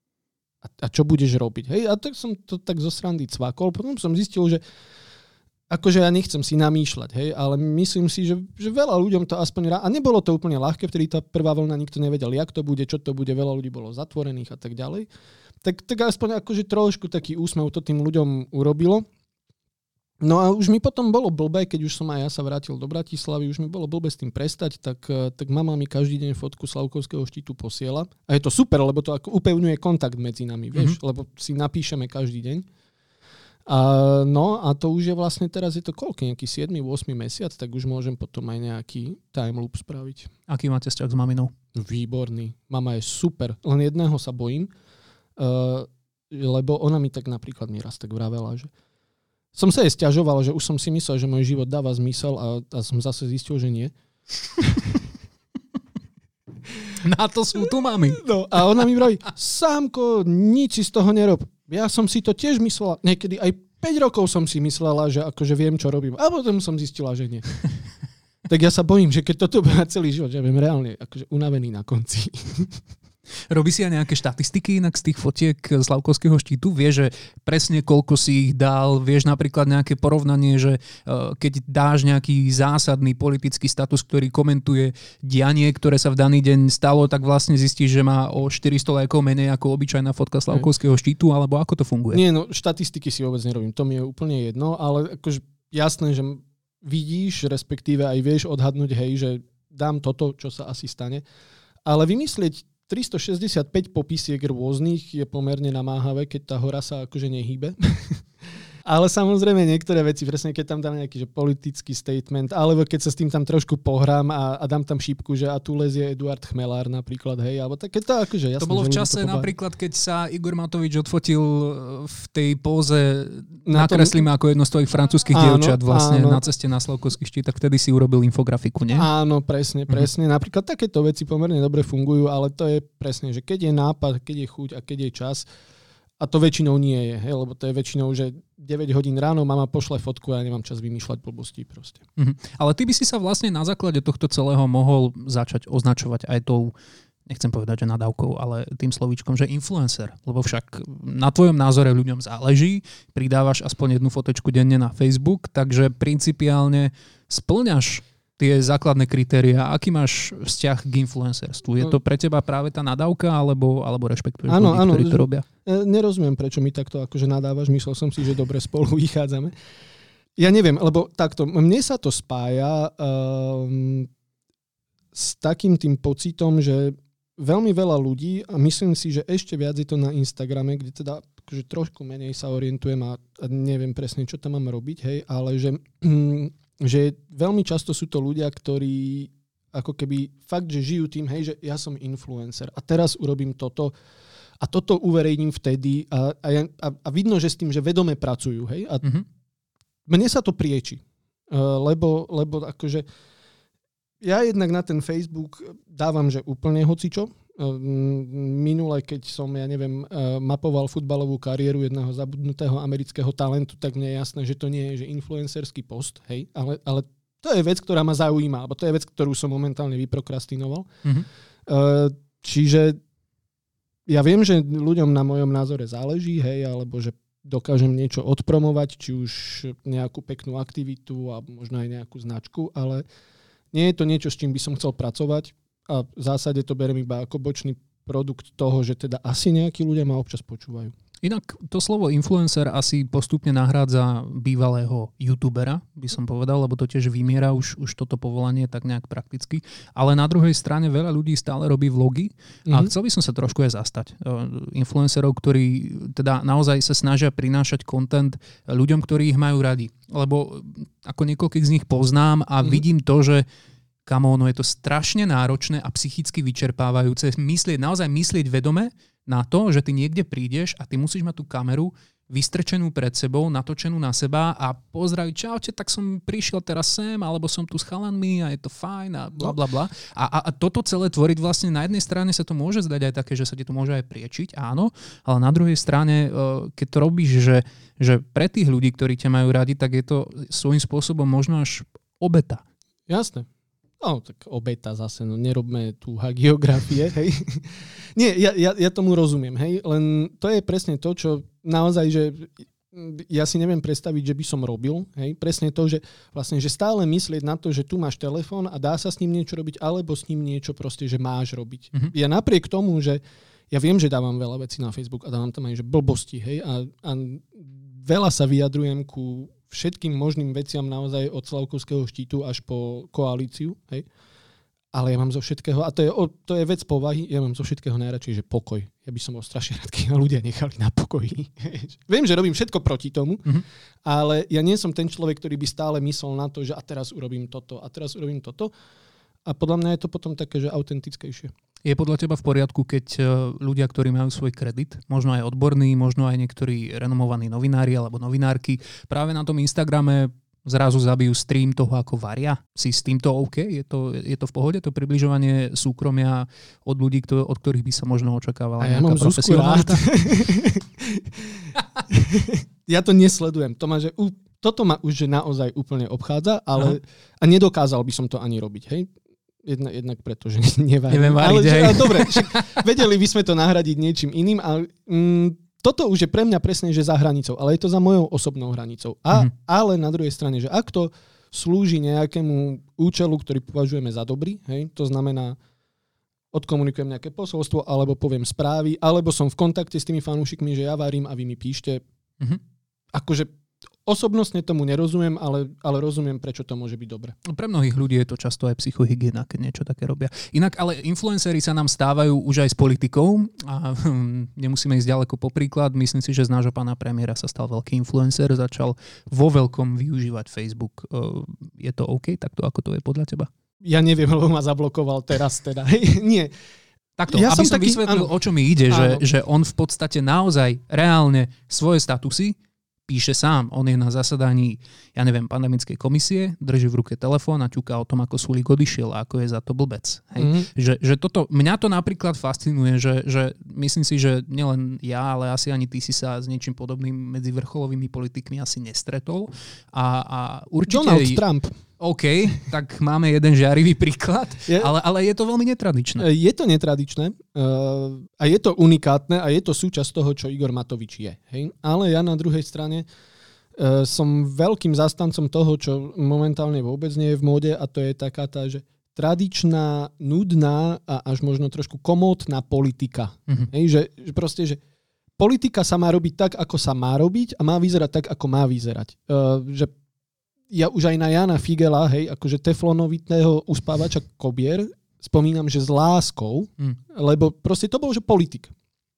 Speaker 3: A čo budeš robiť? Hej, a tak som to tak zo srandy cvakol. Potom som zistil, že akože ja nechcem si namýšľať, hej, ale myslím si, že veľa ľuďom to aspoň a nebolo to úplne ľahké, vtedy tá prvá vlna nikto nevedel, jak to bude, čo to bude, veľa ľudí bolo zatvorených a tak ďalej. Tak aspoň akože trošku taký úsmev to tým ľuďom urobilo. No a už mi potom bolo blbé, keď už som aj ja sa vrátil do Bratislavy, už mi bolo blbé s tým prestať, tak mama mi každý deň fotku Slavkovského štítu posiela. A je to super, lebo to ako upevňuje kontakt medzi nami, vieš, lebo si napíšeme každý deň. A to už je vlastne teraz, je to koľko, nejaký 7. 8. mesiac, tak už môžem potom aj nejaký time loop spraviť.
Speaker 2: Aký máte vzťah s maminou?
Speaker 3: Výborný. Mama je super, len jedného sa bojím. lebo ona mi tak napríklad mi raz tak vravela, že som sa jej sťažoval, že už som si myslel, že môj život dáva zmysel a som zase zistil, že nie.
Speaker 2: Na to sú tu mami.
Speaker 3: No, a ona mi vraví, Sámko, nič si z toho nerob. Ja som si to tiež myslela, niekedy aj 5 rokov som si myslela, že akože viem, čo robím. A potom som zistila, že nie. Tak ja sa bojím, že keď toto bude celý život, že budem reálne akože unavený na konci.
Speaker 2: Robí si aj nejaké štatistiky inak z tých fotiek z Slavkovského štítu? Vieš, že presne koľko si ich dal? Vieš napríklad nejaké porovnanie, že keď dáš nejaký zásadný politický status, ktorý komentuje dianie, ktoré sa v daný deň stalo, tak vlastne zistíš, že má o 400 lajkov menej ako obyčajná fotka Slavkovského štítu, alebo ako to funguje?
Speaker 3: Nie, no štatistiky si vôbec nerobím. To mi je úplne jedno, ale akože jasné, že vidíš, respektíve aj vieš odhadnúť, hej, že dám toto, čo sa asi stane. Ale vymyslieť 365 popisiek rôznych je pomerne namáhavé, keď tá hora sa akože nehýbe. Ale samozrejme niektoré veci, presne keď tam dám nejaký že politický statement, alebo keď sa s tým tam trošku pohrám a dám tam šípku, že a tu lezie Eduard Chmelár napríklad, hej, alebo také to akože jasné.
Speaker 2: To bolo v čase napríklad, keď sa Igor Matovič odfotil v tej póze nakreslíme ako jedno z tvojich francúzskych dievčat vlastne na ceste na Slavkovský štít, tak vtedy si urobil infografiku, nie?
Speaker 3: Áno, presne. Napríklad takéto veci pomerne dobre fungujú, ale to je presne, že keď je nápad, keď je chuť a keď je čas, a to väčšinou nie je, hej, lebo to je väčšinou, že 9 hodín ráno mama pošle fotku a ja nemám čas vymýšľať blbosti proste.
Speaker 2: Ale ty by si sa vlastne na základe tohto celého mohol začať označovať aj tou, nechcem povedať, že nadávkou, ale tým slovíčkom, že influencer. Lebo však na tvojom názore ľuďom záleží, pridávaš aspoň jednu fotečku denne na Facebook, takže principiálne spĺňaš tie základné kritériá. Aký máš vzťah k influencerstvu? Je to pre teba práve tá nadávka, alebo rešpektuješ ľudí, ktorí to robia?
Speaker 3: Nerozumiem, prečo mi takto akože nadávaš. Myslel som si, že dobre spolu vychádzame. Ja neviem, lebo takto, mne sa to spája s takým tým pocitom, že veľmi veľa ľudí, a myslím si, že ešte viac je to na Instagrame, kde teda akože trošku menej sa orientujem a neviem presne, čo tam mám robiť, hej, ale že veľmi často sú to ľudia, ktorí ako keby fakt, že žijú tým, hej, že ja som influencer a teraz urobím toto a toto uverejním vtedy a vidno, že s tým, že vedome pracujú, hej, a mne sa to prieči, lebo akože ja jednak na ten Facebook dávam, že úplne hocičo. Minule, keď som, mapoval futbalovú kariéru jedného zabudnutého amerického talentu, tak mne je jasné, že to nie je že influencerský post, hej, ale to je vec, ktorá ma zaujíma, alebo to je vec, ktorú som momentálne vyprokrastinoval. Čiže ja viem, že ľuďom na mojom názore záleží, hej, alebo že dokážem niečo odpromovať, či už nejakú peknú aktivitu a možno aj nejakú značku, ale nie je to niečo, s čím by som chcel pracovať. A v zásade to beriem iba ako bočný produkt toho, že teda asi nejakí ľudia ma občas počúvajú.
Speaker 2: Inak to slovo influencer asi postupne nahrádza bývalého youtubera, by som povedal, lebo to tiež vymiera už toto povolanie tak nejak prakticky. Ale na druhej strane veľa ľudí stále robí vlogy a chcel by som sa trošku aj zastať influencerov, ktorí teda naozaj sa snažia prinášať content ľuďom, ktorí ich majú radi. Lebo ako niekoľkých z nich poznám a vidím to, že je to strašne náročné a psychicky vyčerpávajúce naozaj myslieť vedome na to, že ty niekde prídeš a ty musíš mať tú kameru vystrčenú pred sebou, natočenú na seba a pozdraviť, čaute, tak som prišiel teraz sem, alebo som tu s chalanmi a je to fajn a blablabla. A toto celé tvoriť vlastne na jednej strane sa to môže zdať aj také, že sa ti to môže aj priečiť, áno, ale na druhej strane, keď to robíš, že pre tých ľudí, ktorí ťa majú radi, tak je to svojím spôsobom možno až obeta.
Speaker 3: Jasné. No, tak obeta zase, nerobme tu hagiografie, hej. Nie, ja tomu rozumiem, hej, len to je presne to, čo naozaj, že ja si neviem predstaviť, že by som robil, hej, presne to, že vlastne, že stále myslieť na to, že tu máš telefón a dá sa s ním niečo robiť, alebo s ním niečo proste, že máš robiť. Ja napriek tomu, že ja viem, že dávam veľa vecí na Facebook a dávam tam aj, že blbosti, hej, a veľa sa vyjadrujem ku všetkým možným veciam naozaj od Slavkovského štítu až po koalíciu, hej. Ale ja mám zo všetkého, a to je vec povahy, ja mám zo všetkého najradšej, že pokoj. Ja by som bol strašne rád, keď ľudia nechali na pokoji. Viem, že robím všetko proti tomu, ale ja nie som ten človek, ktorý by stále myslel na to, že a teraz urobím toto, a teraz urobím toto. A podľa mňa je to potom také, že autentickejšie.
Speaker 2: Je podľa teba v poriadku, keď ľudia, ktorí majú svoj kredit, možno aj odborní, možno aj niektorí renomovaní novinári alebo novinárky, práve na tom Instagrame zrazu zabijú stream toho, ako varia? Si s týmto OK? Je to v pohode, to približovanie súkromia od ľudí, od ktorých by sa možno očakávala nejaká profesionálita?
Speaker 3: Ja to nesledujem. Toto ma už naozaj úplne obchádza, ale a nedokázal by som to ani robiť, hej? Jednak preto, že neviem variť. Ale dobre, vedeli by sme to nahradiť niečím iným, ale toto už je pre mňa presne, že za hranicou, ale je to za mojou osobnou hranicou. Ale na druhej strane, že ak to slúži nejakému účelu, ktorý považujeme za dobrý, hej, to znamená, odkomunikujem nejaké posolstvo, alebo poviem správy, alebo som v kontakte s tými fanúšikmi, že ja varím a vy mi píšte. Akože osobnostne tomu nerozumiem, ale rozumiem, prečo to môže byť dobre.
Speaker 2: Pre mnohých ľudí je to často aj psychohygiena, keď niečo také robia. Inak, ale influenceri sa nám stávajú už aj s politikou a nemusíme ísť ďaleko po príklad. Myslím si, že z nášho pána premiéra sa stal veľký influencer, začal vo veľkom využívať Facebook. Je to OK takto, ako to je podľa teba? Ja
Speaker 3: neviem, lebo ma zablokoval teraz teda. Nie.
Speaker 2: Takto, ja aby som vysvetlil, o čo mi ide, že on v podstate naozaj reálne svoje statusy píše sám. On je na zasadaní, pandemickej komisie, drží v ruke telefón a ťuká o tom, ako Sulík odišiel a ako je za to blbec. Hej? Že toto, mňa to napríklad fascinuje, že myslím si, že nielen ja, ale asi ani ty si sa s niečím podobným medzi vrcholovými politikmi asi nestretol. A určite...
Speaker 3: Donald Trump.
Speaker 2: OK, tak máme jeden žiarivý príklad, ale je to veľmi netradičné.
Speaker 3: Je to netradičné a je to unikátne a je to súčasť toho, čo Igor Matovič je. Hej? Ale ja na druhej strane som veľkým zastancom toho, čo momentálne vôbec nie je v móde, a to je taká tá, že tradičná, nudná a až možno trošku komódna politika. Hej? Že proste, že politika sa má robiť tak, ako sa má robiť a má vyzerať tak, ako má vyzerať. Že ja už aj na Jana Figela, hej, akože teflonovitného uspávača kobier, spomínam, že s láskou, lebo proste to bol, že politik.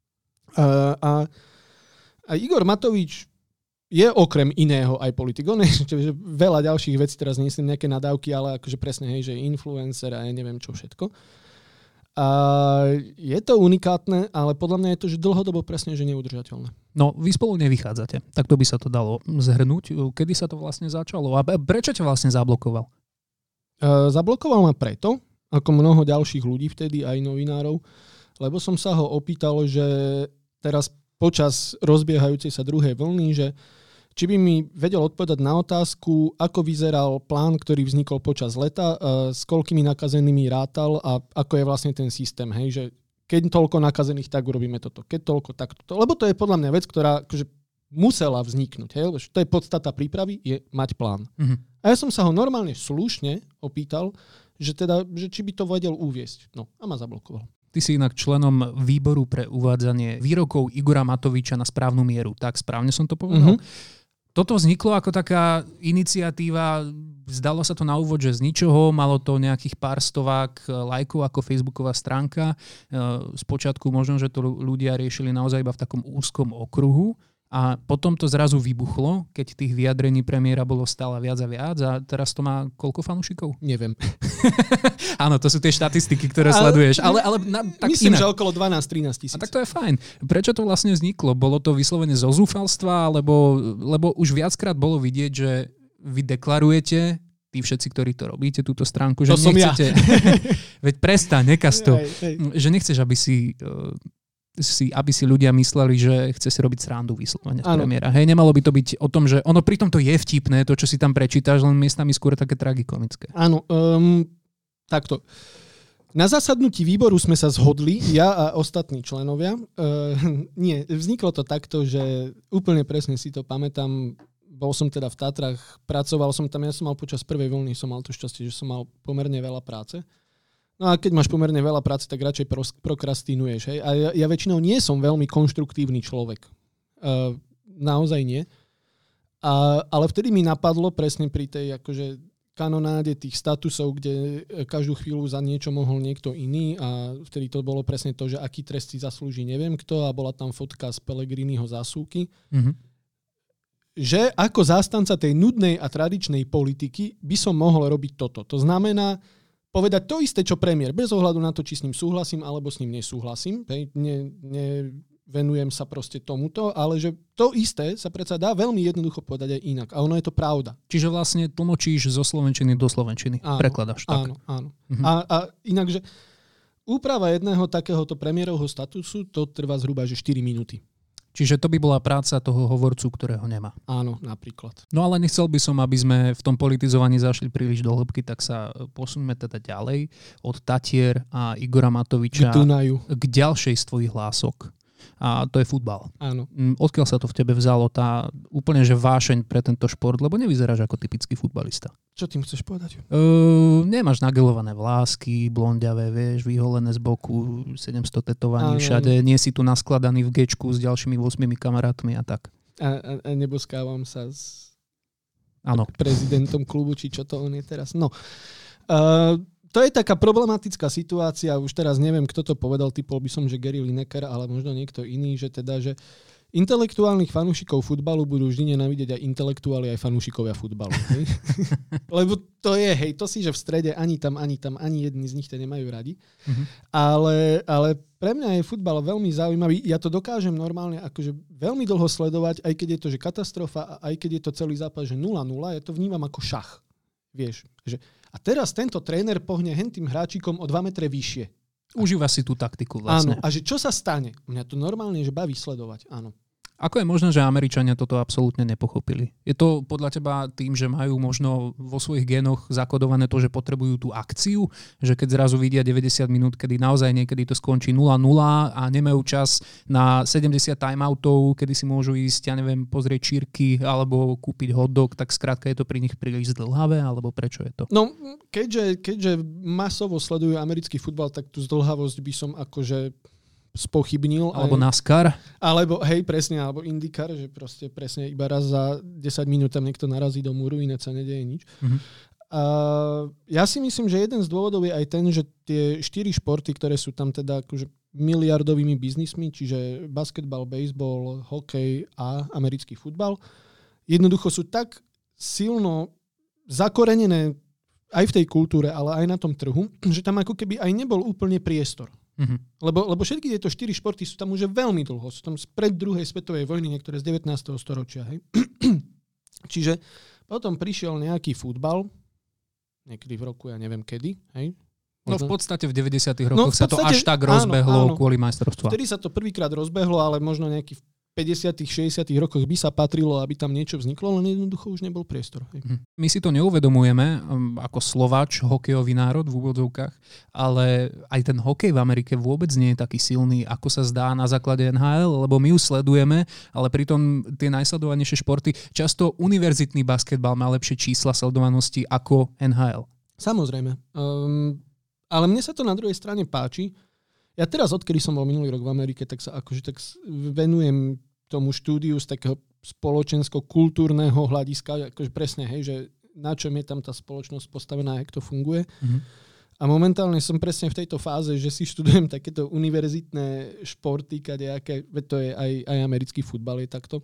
Speaker 3: A Igor Matovič je okrem iného aj politik. On je veľa ďalších vecí, teraz nie sú nejaké nadávky, ale akože presne, hej, že influencer a ja neviem čo všetko. A je to unikátne, ale podľa mňa je to, že dlhodobo presne, že neudržateľné.
Speaker 2: No, vy spolu nevychádzate. Takto by sa to dalo zhrnúť. Kedy sa to vlastne začalo? A prečo ťa vlastne zablokoval?
Speaker 3: Zablokoval ma preto, ako mnoho ďalších ľudí vtedy, aj novinárov, lebo som sa ho opýtal, že teraz počas rozbiehajúcej sa druhej vlny, že či by mi vedel odpovedať na otázku, ako vyzeral plán, ktorý vznikol počas leta, s koľkými nakazenými rátal a ako je vlastne ten systém. Hej? Že keď toľko nakazených, tak urobíme toto. Keď toľko, tak toto. Lebo to je podľa mňa vec, ktorá akože musela vzniknúť. Hej? Lebo to je podstata prípravy, je mať plán. A ja som sa ho normálne slušne opýtal, že či by to vedel uviesť. No a ma zablokoval.
Speaker 2: Ty si inak členom výboru pre uvádzanie výrokov Igora Matoviča na správnu mieru. Tak správne som to povedal? Toto vzniklo ako taká iniciatíva, zdalo sa to na úvod, že z ničoho, malo to nejakých pár stovák lajkov ako facebooková stránka. Spočiatku možno, že to ľudia riešili naozaj iba v takom úzkom okruhu a potom to zrazu vybuchlo, keď tých vyjadrení premiéra bolo stále viac a viac a teraz to má koľko fanúšikov?
Speaker 3: Neviem.
Speaker 2: Áno, to sú tie štatistiky, ktoré sleduješ. Ale tak
Speaker 3: myslím,
Speaker 2: inak.
Speaker 3: že okolo 12-13 tisíc.
Speaker 2: A tak to je fajn. Prečo to vlastne vzniklo? Bolo to vyslovene zo zúfalstva, lebo už viackrát bolo vidieť, že vy deklarujete, tí všetci, ktorí to robíte, túto stránku, že
Speaker 3: to
Speaker 2: nechcete... Veď prestaň, nekaz to. Že nechceš, aby si ľudia mysleli, že chce si robiť srandu vyslovene z premiéra. Hej, nemalo by to byť o tom, že ono pritom to je vtipné, to, čo si tam prečítaš, len miestami skôr také tragikomické.
Speaker 3: Áno, takto. Na zasadnutí výboru sme sa zhodli, ja a ostatní členovia. Nie, vzniklo to takto, že úplne presne si to pamätám. Bol som teda v Tatrách, pracoval som tam, ja som mal počas prvej vlny, som mal to šťastie, že som mal pomerne veľa práce. No a keď máš pomerne veľa práce, tak radšej prokrastinuješ. Hej? A ja väčšinou nie som veľmi konštruktívny človek. Naozaj nie. Ale vtedy mi napadlo presne pri tej akože kanonáde tých statusov, kde každú chvíľu za niečo mohol niekto iný a vtedy to bolo presne to, že aký trest si zaslúži neviem kto a bola tam fotka z Pellegriniho zásuvky. Že ako zástanca tej nudnej a tradičnej politiky by som mohol robiť toto. To znamená povedať to isté, čo premiér, bez ohľadu na to, či s ním súhlasím, alebo s ním nesúhlasím. Nevenujem sa proste tomuto, ale že to isté sa predsa dá veľmi jednoducho povedať aj inak. A ono je to pravda.
Speaker 2: Čiže vlastne tlmočíš zo slovenčiny do slovenčiny. Prekladáš tak.
Speaker 3: Áno. A inak, že úprava jedného takéhoto premiérovho statusu, to trvá zhruba že 4 minúty.
Speaker 2: Čiže to by bola práca toho hovorcu, ktorého nemá.
Speaker 3: Áno, napríklad.
Speaker 2: No ale nechcel by som, aby sme v tom politizovaní zašli príliš do hĺbky, tak sa posuňme teda ďalej od Tatier a Igora Matoviča k ďalšej z tvojich hlások. A to je futbal.
Speaker 3: Áno.
Speaker 2: Odkiaľ sa to v tebe vzalo, tá úplne že vášeň pre tento šport, lebo nevyzeráš ako typický futbalista.
Speaker 3: Čo tým chceš povedať?
Speaker 2: Nemáš nagelované vlásky, blondiavé, vieš, vyholené z boku, 700 tetovaní všade, nie si tu naskladaný v gečku s ďalšími 8 kamarátmi a tak.
Speaker 3: A neboskávam sa s
Speaker 2: Áno.
Speaker 3: prezidentom klubu, či čo to on je teraz. No. To je taká problematická situácia, už teraz neviem, kto to povedal, typol by som, že Gary Lineker, ale možno niekto iný, že intelektuálnych fanúšikov futbalu budú vždy nenávidieť aj intelektuáli, aj fanúšikovia futbalu. Lebo to je, to si, že v strede ani tam, ani jedni z nich to nemajú radi. Uh-huh. Ale pre mňa je futbal veľmi zaujímavý. Ja to dokážem normálne akože veľmi dlho sledovať, aj keď je to, že katastrofa, aj keď je to celý zápas, že 0-0, ja to vnímam ako šach. Vieš, že a teraz tento tréner pohne hentým hráčikom o 2 metre vyššie.
Speaker 2: Užíva si tú taktiku vlastne.
Speaker 3: Áno, a že čo sa stane? Mňa to normálne, že baví sledovať, áno.
Speaker 2: Ako je možné, že Američania toto absolútne nepochopili? Je to podľa teba tým, že majú možno vo svojich génoch zakodované to, že potrebujú tú akciu? Že keď zrazu vidia 90 minút, kedy naozaj niekedy to skončí 0-0 a nemajú čas na 70 timeoutov, kedy si môžu ísť, ja neviem, pozrieť čírky alebo kúpiť hotdog, tak skrátka je to pri nich príliš zdĺhavé? Alebo prečo je to?
Speaker 3: No, keďže masovo sledujú americký futbal, tak tú zdĺhavosť by som akože spochybnil.
Speaker 2: Alebo NASCAR.
Speaker 3: Alebo, presne, alebo IndyCar, že proste presne iba raz za 10 minút tam niekto narazí do múru, ináč sa nedeje nič. Mm-hmm. Ja si myslím, že jeden z dôvodov je aj ten, že tie 4 športy, ktoré sú tam teda akože miliardovými biznismi, čiže basketbal, baseball, hokej a americký futbal, jednoducho sú tak silno zakorenené aj v tej kultúre, ale aj na tom trhu, že tam ako keby aj nebol úplne priestor. Mm-hmm. Lebo všetky tieto 4 športy sú tam už veľmi dlho. Sú tam spred druhej svetovej vojny, niektoré z 19. storočia. Hej. Čiže potom prišiel nejaký futbal, niekedy v roku, ja neviem kedy. Hej.
Speaker 2: No v podstate v 90. rokoch sa to až tak rozbehlo kvôli majstrovstvu.
Speaker 3: Vtedy sa to prvýkrát rozbehlo, ale možno nejaký 50. 60. rokoch by sa patrilo, aby tam niečo vzniklo, len jednoducho už nebol priestor.
Speaker 2: My si to neuvedomujeme ako Slováč, hokejový národ v úvodzovkách, ale aj ten hokej v Amerike vôbec nie je taký silný, ako sa zdá na základe NHL, lebo my ju sledujeme, ale pritom tie najsledovanejšie športy, často univerzitný basketbal má lepšie čísla sledovanosti ako NHL.
Speaker 3: Samozrejme. Ale mne sa to na druhej strane páči. Ja teraz, odkedy som bol minulý rok v Amerike, tak sa akože tak venujem tomu štúdiu z takého spoločensko-kultúrneho hľadiska, akože presne, že na čom je tam tá spoločnosť postavená, jak to funguje. Mm-hmm. A momentálne som presne v tejto fáze, že si študujem takéto univerzitné športy, kadejaké, to je aj americký futbal je takto.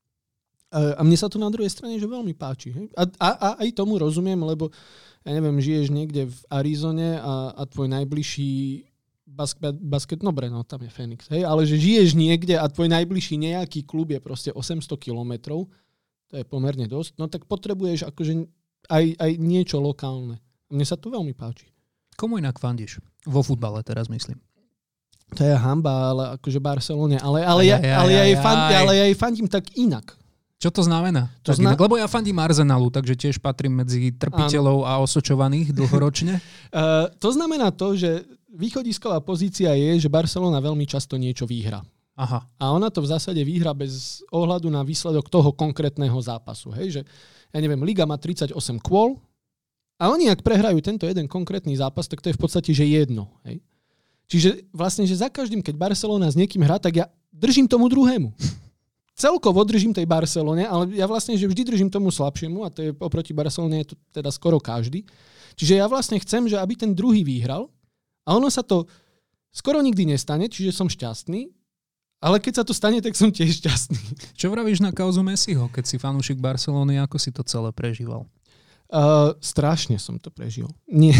Speaker 3: A mne sa to na druhej strane že veľmi páči. Hej? A aj tomu rozumiem, lebo ja neviem, žiješ niekde v Arizone a tvoj najbližší dobre, tam je Phoenix, hej, ale že žiješ niekde a tvoj najbližší nejaký klub je proste 800 kilometrov, to je pomerne dosť, no tak potrebuješ akože aj niečo lokálne. Mne sa to veľmi páči.
Speaker 2: Komu inak fandíš? Vo futbale teraz myslím.
Speaker 3: To je hanba, ale akože Barcelone, ale ja jej fandím tak inak.
Speaker 2: Čo to znamená? Lebo ja fandím Arsenalu, takže tiež patrím medzi trpiteľov a osočovaných dlhoročne.
Speaker 3: To znamená to, že východisková pozícia je, že Barcelona veľmi často niečo výhra.
Speaker 2: Aha.
Speaker 3: A ona to v zásade výhra bez ohľadu na výsledok toho konkrétneho zápasu. Hej? Že, ja neviem, Liga má 38 kôl a oni, ak prehrajú tento jeden konkrétny zápas, tak to je v podstate, že jedno. Hej? Čiže vlastne, že za každým, keď Barcelona s niekým hrá, tak ja držím tomu druhému. Celkovo držím tej Barcelone, ale ja vlastne, že vždy držím tomu slabšiemu a to je oproti Barcelone je to teda skoro každý. Čiže ja vlastne chcem, že aby ten druhý vyhral a ono sa to skoro nikdy nestane, čiže som šťastný, ale keď sa to stane, tak som tiež šťastný.
Speaker 2: Čo vravíš na kauzu Messiho, keď si fanúšik Barcelony, ako si to celé prežíval?
Speaker 3: Strašne som to prežil. Nie.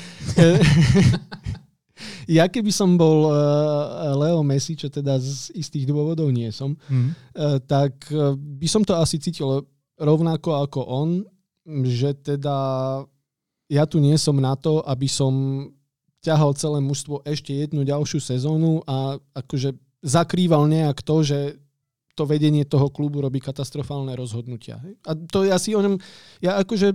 Speaker 3: Ja keby som bol Leo Messi, čo teda z istých dôvodov nie som, tak by som to asi cítil rovnako ako on, že teda ja tu nie som na to, aby som ťahal celé mužstvo ešte jednu ďalšiu sezónu a akože zakrýval nejak to, že to vedenie toho klubu robí katastrofálne rozhodnutia. A to ja si o ňom, ja akože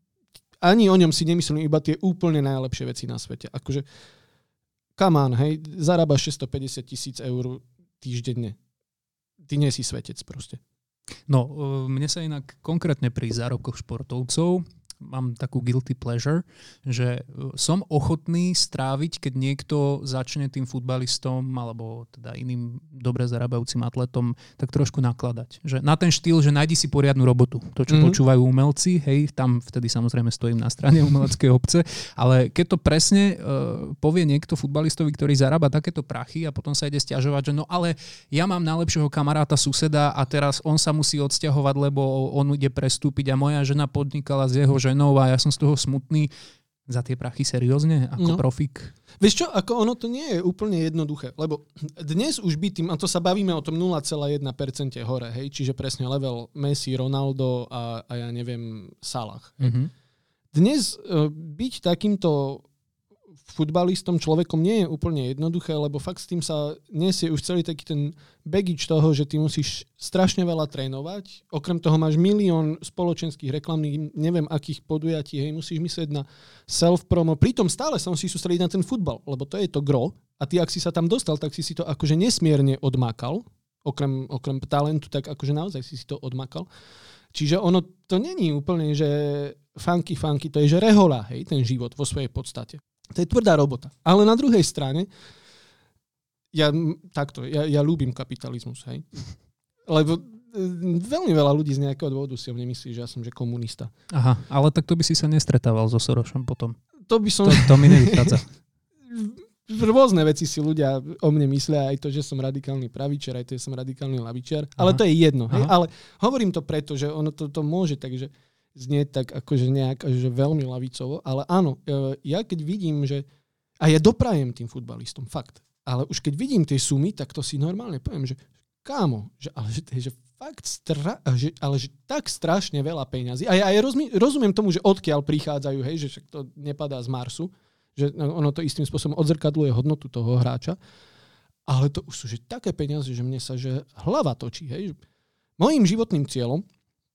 Speaker 3: ani o ňom si nemyslím iba tie úplne najlepšie veci na svete. Akože, come on, hej, zarábaš 650 000 eur týždenne. Ty nie si svetec proste.
Speaker 2: No, mne sa inak konkrétne pri zárobkoch športovcov mám takú guilty pleasure, že som ochotný stráviť, keď niekto začne tým futbalistom alebo teda iným dobre zarábajúcim atletom tak trošku nakladať. Že na ten štýl, že nájdi si poriadnu robotu. To, čo počúvajú umelci, hej, tam vtedy samozrejme stojím na strane umeleckej obce, ale keď to presne povie niekto futbalistovi, ktorý zarába takéto prachy a potom sa ide sťažovať, že no ale ja mám najlepšieho kamaráta, suseda a teraz on sa musí odsťahovať, lebo on ide prestúpiť a moja žena podnikala z jeho ženou a ja som z toho smutný. Za tie prachy seriózne? Ako profík?
Speaker 3: Vieš čo, ako ono to nie je úplne jednoduché, lebo dnes už by tým, a to sa bavíme o tom 0,1% hore, hej, čiže presne level Messi, Ronaldo a ja neviem, Salah. Dnes byť takýmto futbalistom, človekom nie je úplne jednoduché, lebo fakt s tým sa nesie už celý taký ten baggage toho, že ty musíš strašne veľa trénovať. Okrem toho máš milión spoločenských reklamných, neviem akých podujatí, hej, musíš myslieť na self-promo. Pritom stále sa musíš sústrediť na ten futbal, lebo to je to gro. A ty, ak si sa tam dostal, tak si to akože nesmierne odmakal. Okrem talentu, tak akože naozaj si to odmakal. Čiže ono to není úplne, že funky, to je, že rehoľa, hej, ten život vo svojej podstate. To je tvrdá robota. Ale na druhej strane, ja ľúbim kapitalizmus, hej. Lebo veľmi veľa ľudí z nejakého dôvodu si o mne myslí, že ja som že komunista.
Speaker 2: Aha, ale tak to by si sa nestretával so Sorošom potom.
Speaker 3: To by som...
Speaker 2: To mi nevychádza.
Speaker 3: Rôzne veci si ľudia o mne myslia, aj to, že som radikálny pravičiar, aj to, že som radikálny lavičiar, ale to je jedno. Hej? Ale hovorím to preto, že ono to môže takže znieť tak akože nejak že veľmi lavicovo, ale áno, ja keď vidím, že a ja doprajem tým futbalistom, fakt, ale už keď vidím tie sumy, tak to si normálne poviem, že kámo, že fakt ale že tak strašne veľa peňazí. A ja rozumiem tomu, že odkiaľ prichádzajú, hej, že však to nepadá z Marsu, že ono to istým spôsobom odzrkadluje hodnotu toho hráča, ale to už sú že také peniaze, že mne sa že hlava točí. Hej. Mojím životným cieľom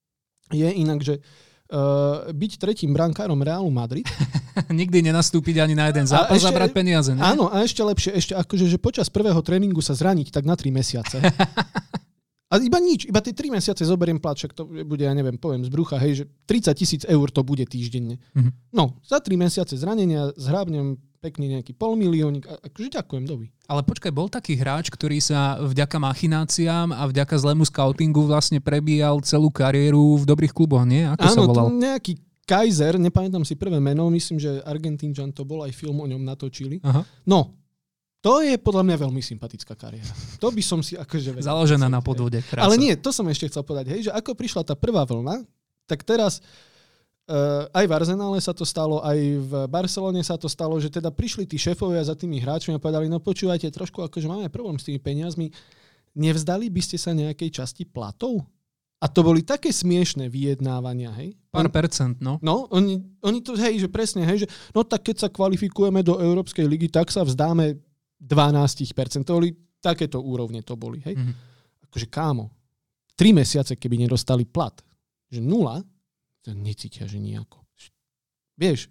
Speaker 3: je inak, že byť tretím brankárom Realu Madrid.
Speaker 2: Nikdy nenastúpiť ani na jeden zápas a brať peniaze. Ne?
Speaker 3: Áno, a ešte lepšie, akože, že počas prvého tréningu sa zraniť tak na 3 mesiace. A iba nič, iba tie 3 mesiace zoberiem plat, však to bude, ja neviem, poviem z brucha, hej, že 30 000 eur to bude týždenne. No, za 3 mesiace zranenia zhrábnem pekný nejaký 500 000, akože ďakujem, doby.
Speaker 2: Ale počkaj, bol taký hráč, ktorý sa vďaka machináciám a vďaka zlému scoutingu vlastne prebíjal celú kariéru v dobrých kluboch, nie? Ako sa volal?
Speaker 3: Áno, nejaký Kaiser, nepamätám si prvé meno, myslím, že Argentínčan to bol, aj film o ňom natočili. Aha. No, to je podľa mňa veľmi sympatická kariéra. To by som si akože...
Speaker 2: Založená na podvode, krása.
Speaker 3: Ale nie, to som ešte chcel povedať, hej, že ako prišla tá prvá vlna, tak teraz aj v Arsenále sa to stalo, aj v Barcelone sa to stalo, že teda prišli tí šéfovia za tými hráčmi a povedali, no počúvajte, trošku akože máme problém s tými peniazmi, nevzdali by ste sa nejakej časti platov? A to boli také smiešné vyjednávania, hej?
Speaker 2: Pár percent, no.
Speaker 3: No, oni to, hej, že presne, hej, že no tak keď sa kvalifikujeme do Európskej ligy, tak sa vzdáme 12%. To boli takéto úrovne, to boli, hej? Akože kámo, 3 mesiace, keby nedostali plat, že 0, to necítia, že nejako. Vieš,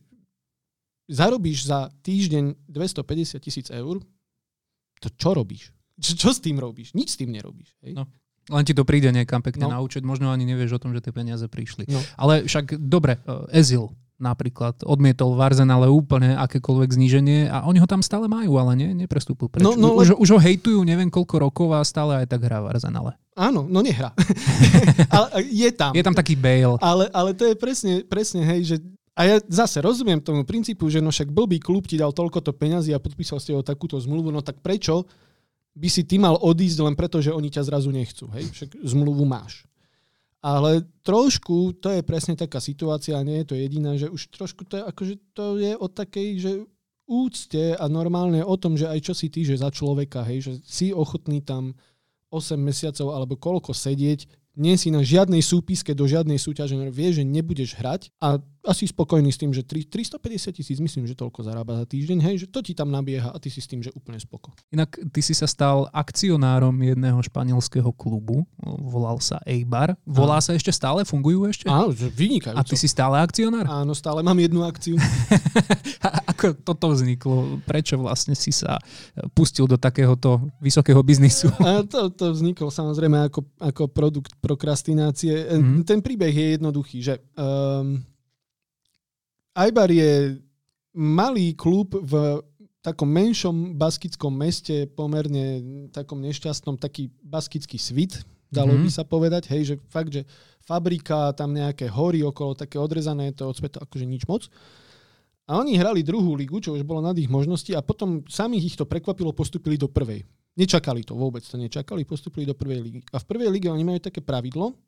Speaker 3: zarobíš za týždeň 250 000 eur, to čo robíš? Čo s tým robíš? Nič s tým nerobíš. Hej?
Speaker 2: No. Len ti to príde niekam pekne na účet, možno ani nevieš o tom, že tie peniaze prišli. No. Ale však dobre, Ezil napríklad odmietol v Arsenále úplne akékoľvek zníženie a oni ho tam stále majú, ale neprestúpil preč. Už ho hejtujú neviem koľko rokov a stále aj tak hrá v Arsenále.
Speaker 3: Áno, no nehrá. Ale je tam.
Speaker 2: Je tam taký Bale.
Speaker 3: Ale to je presne, hej, že a ja zase rozumiem tomu princípu, že no však blbý klub ti dal toľkoto peňazí a podpísal ste ho takúto zmluvu, no tak prečo by si ty mal odísť len preto, že oni ťa zrazu nechcú, hej? Však zmluvu máš. Ale trošku to je presne taká situácia, nie je to jediná, že už trošku to je, akože to je o takej, že úcte a normálne o tom, že aj čo si ty, že za človeka, hej, že si ochotný tam 8 mesiacov alebo koľko sedieť, nie si na žiadnej súpiske do žiadnej súťaže, vieš, že nebudeš hrať a asi spokojný s tým, že 350,000, myslím, že toľko zarába za týždeň, hej, že to ti tam nabieha a ty si s tým, že úplne spoko.
Speaker 2: Inak ty si sa stal akcionárom jedného španielského klubu, volal sa Eibar. Volá sa ešte stále? Fungujú ešte?
Speaker 3: Áno, vynikajúco.
Speaker 2: A ty si stále akcionár?
Speaker 3: Áno, stále mám jednu akciu.
Speaker 2: Ako toto vzniklo? Prečo vlastne si sa pustil do takéhoto vysokého biznisu?
Speaker 3: A to vzniklo samozrejme ako produkt prokrastinácie. Ten príbeh je jednoduchý, že Eibar je malý klub v takom menšom baskickom meste, pomerne takom nešťastnom, taký baskický svit, dalo by sa povedať. Hej, že fakt, že fabrika, tam nejaké hory okolo, také odrezané, to od sveta akože nič moc. A oni hrali druhú ligu, čo už bolo nad ich možností a potom samých ich to prekvapilo, postúpili do prvej. Nečakali to, vôbec to nečakali, postúpili do prvej ligy. A v prvej lige oni majú také pravidlo,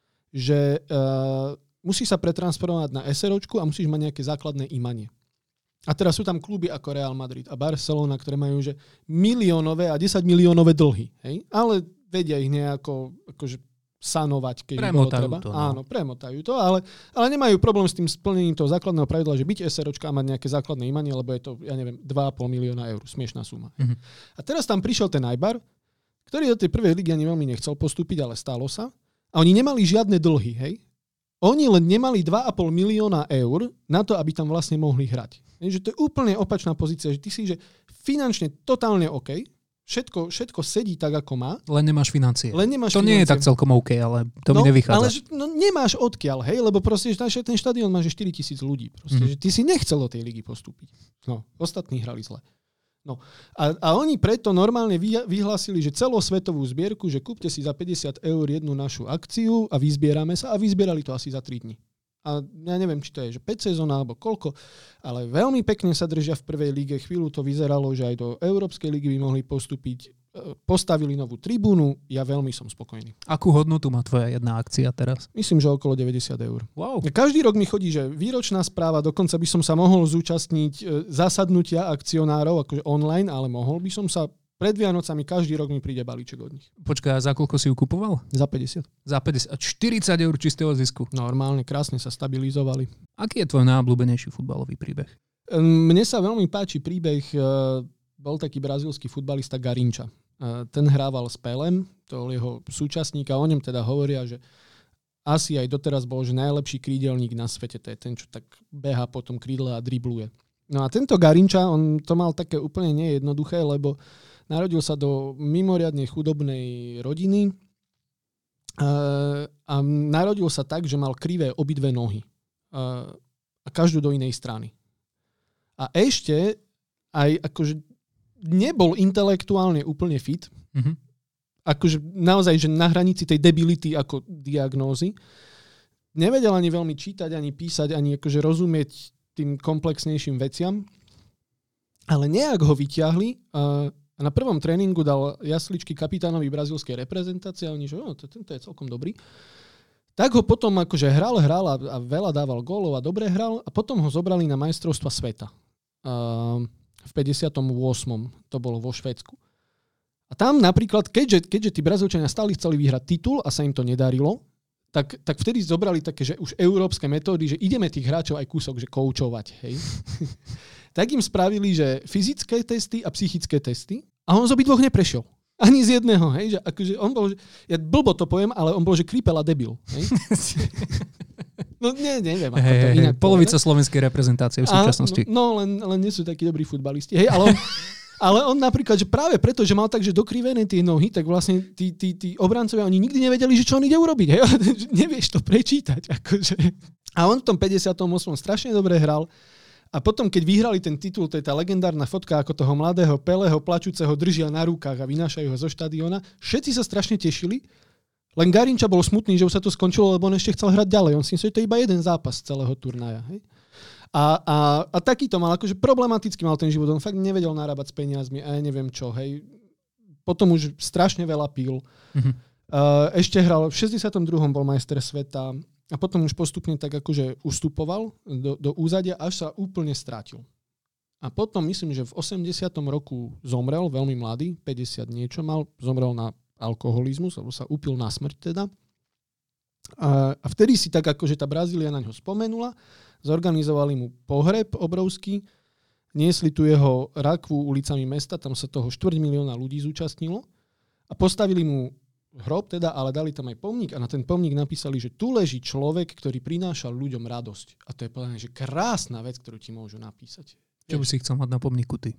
Speaker 3: že musíš sa pretransformovať na SROčku a musíš mať nejaké základné imanie. A teraz sú tam kluby ako Real Madrid a Barcelona, ktoré majú že miliónové a 10 miliónové dlhy. Hej? Ale vedia ich nejako akože sanovať, keď bolo treba. To, no. Áno, premotajú to, ale nemajú problém s tým splnením toho základného pravidla, že byť SROčka a mať nejaké základné imanie, lebo je to, ja neviem, 2,5 milióna eur. Smiešná suma. A teraz tam prišiel ten Eibar, ktorý do tej prvej ligy ani veľmi nechcel postúpiť, ale stalo sa. A oni nemali žiadne dlhy, hej? Oni len nemali 2,5 milióna eur na to, aby tam vlastne mohli hrať. Že to je úplne opačná pozícia, že ty si že finančne totálne OK, všetko sedí tak, ako má.
Speaker 2: Len nemáš financie.
Speaker 3: To
Speaker 2: nie je tak celkom OK, ale to mi nevychádza.
Speaker 3: Ale nemáš odkiaľ, hej, lebo proste ten štadión má 4,000 ľudí. Proste, že ty si nechcel do tej ligy postúpiť. No, ostatní hrali zle. No. A oni preto normálne vyhlásili, že celosvetovú zbierku, že kúpte si za 50 eur jednu našu akciu a vyzbierame sa a vyzbierali to asi za 3 dni. A ja neviem, či to je že 5 sezón alebo koľko, ale veľmi pekne sa držia v prvej líge. Chvíľu to vyzeralo, že aj do Európskej ligy by mohli postúpiť. Postavili novú tribúnu, ja veľmi som spokojný.
Speaker 2: Akú hodnotu má tvoja jedna akcia teraz?
Speaker 3: Myslím, že okolo 90 eur.
Speaker 2: Wow.
Speaker 3: Každý rok mi chodí, že výročná správa, dokonca by som sa mohol zúčastniť zasadnutia akcionárov, akože online, ale mohol by som sa pred Vianocami, každý rok mi príde balíček od nich.
Speaker 2: Počkaj, a za koľko si ju kupoval?
Speaker 3: Za 50.
Speaker 2: Za 50. A 40 eur čistého zisku.
Speaker 3: Normálne, krásne sa stabilizovali.
Speaker 2: Aký je tvoj najobľúbenejší futbalový príbeh?
Speaker 3: Mne sa veľmi páči príbeh, bol taký brazílsky futbalista Garinča. Ten hrával s Pelem, to jeho súčasník, a o ňom teda hovoria, že asi aj doteraz bol že najlepší krídelník na svete. To je ten, čo tak beha po tom krídle a dribluje. No a tento Garinča, on to mal také úplne nejednoduché, lebo narodil sa do mimoriadne chudobnej rodiny a narodil sa tak, že mal krivé obidve nohy a každú do inej strany. A ešte aj akože nebol intelektuálne úplne fit, akože naozaj, že na hranici tej debility ako diagnózy. Nevedel ani veľmi čítať, ani písať, ani akože rozumieť tým komplexnejším veciam. Ale nejak ho vyťahli a na prvom tréningu dal jasličky kapitánovi brazílskej reprezentácie a oni, že tento je celkom dobrý. Tak ho potom akože hral a veľa dával gólov a dobre hral a potom ho zobrali na majstrovstva sveta. V 58. To bolo vo Švédsku. A tam napríklad, keďže tí Brazílčania stále chceli vyhrať titul a sa im to nedarilo, tak vtedy zobrali také, že už európske metódy, že ideme tých hráčov aj kúsok, že koučovať. Hej. Tak im spravili, že fyzické testy a psychické testy a on z obidvoch neprešiel. Ani z jedného. Hej. Že akože on bol, že, ja blbo to poviem, ale on bol, že kripel a debil. Hej. No neviem, ako to inak
Speaker 2: polovica slovenskej reprezentácie v súčasnosti.
Speaker 3: No len nie sú takí dobrí futbalisti. Hej, ale on napríklad, že práve preto, že mal tak, že dokrivené tie nohy, tak vlastne tí obrancovia, oni nikdy nevedeli, že čo on ide urobiť. Hej? Nevieš to prečítať. Akože. A on v tom 58. strašne dobre hral. A potom, keď vyhrali ten titul, to je tá legendárna fotka, ako toho mladého Peleho plačúceho držia na rukách a vynášajú ho zo štadióna. Všetci sa strašne tešili. Len Garinča bol smutný, že už sa to skončilo, lebo on ešte chcel hrať ďalej. On si myslel, že to je iba jeden zápas celého turnaja. Hej? A takýto mal, akože problematicky mal ten život. On fakt nevedel narábať s peniazmi a ja neviem čo. Hej? Potom už strašne veľa pil. Ešte hral, v 62. bol majster sveta a potom už postupne tak akože ustupoval do úzadia, až sa úplne strátil. A potom myslím, že v 80. roku zomrel, veľmi mladý, 50 niečo mal, zomrel na alkoholizmus, alebo sa upil na smrť teda. A vtedy si tak akože tá Brazília na ňo spomenula, zorganizovali mu pohreb obrovský, niesli tu jeho rakvu ulicami mesta, tam sa toho 4 milióna ľudí zúčastnilo a postavili mu hrob teda, ale dali tam aj pomník a na ten pomník napísali, že tu leží človek, ktorý prinášal ľuďom radosť. A to je povedané, že krásna vec, ktorú ti môžu napísať.
Speaker 2: Čo by si chcel mať na pomníku ty?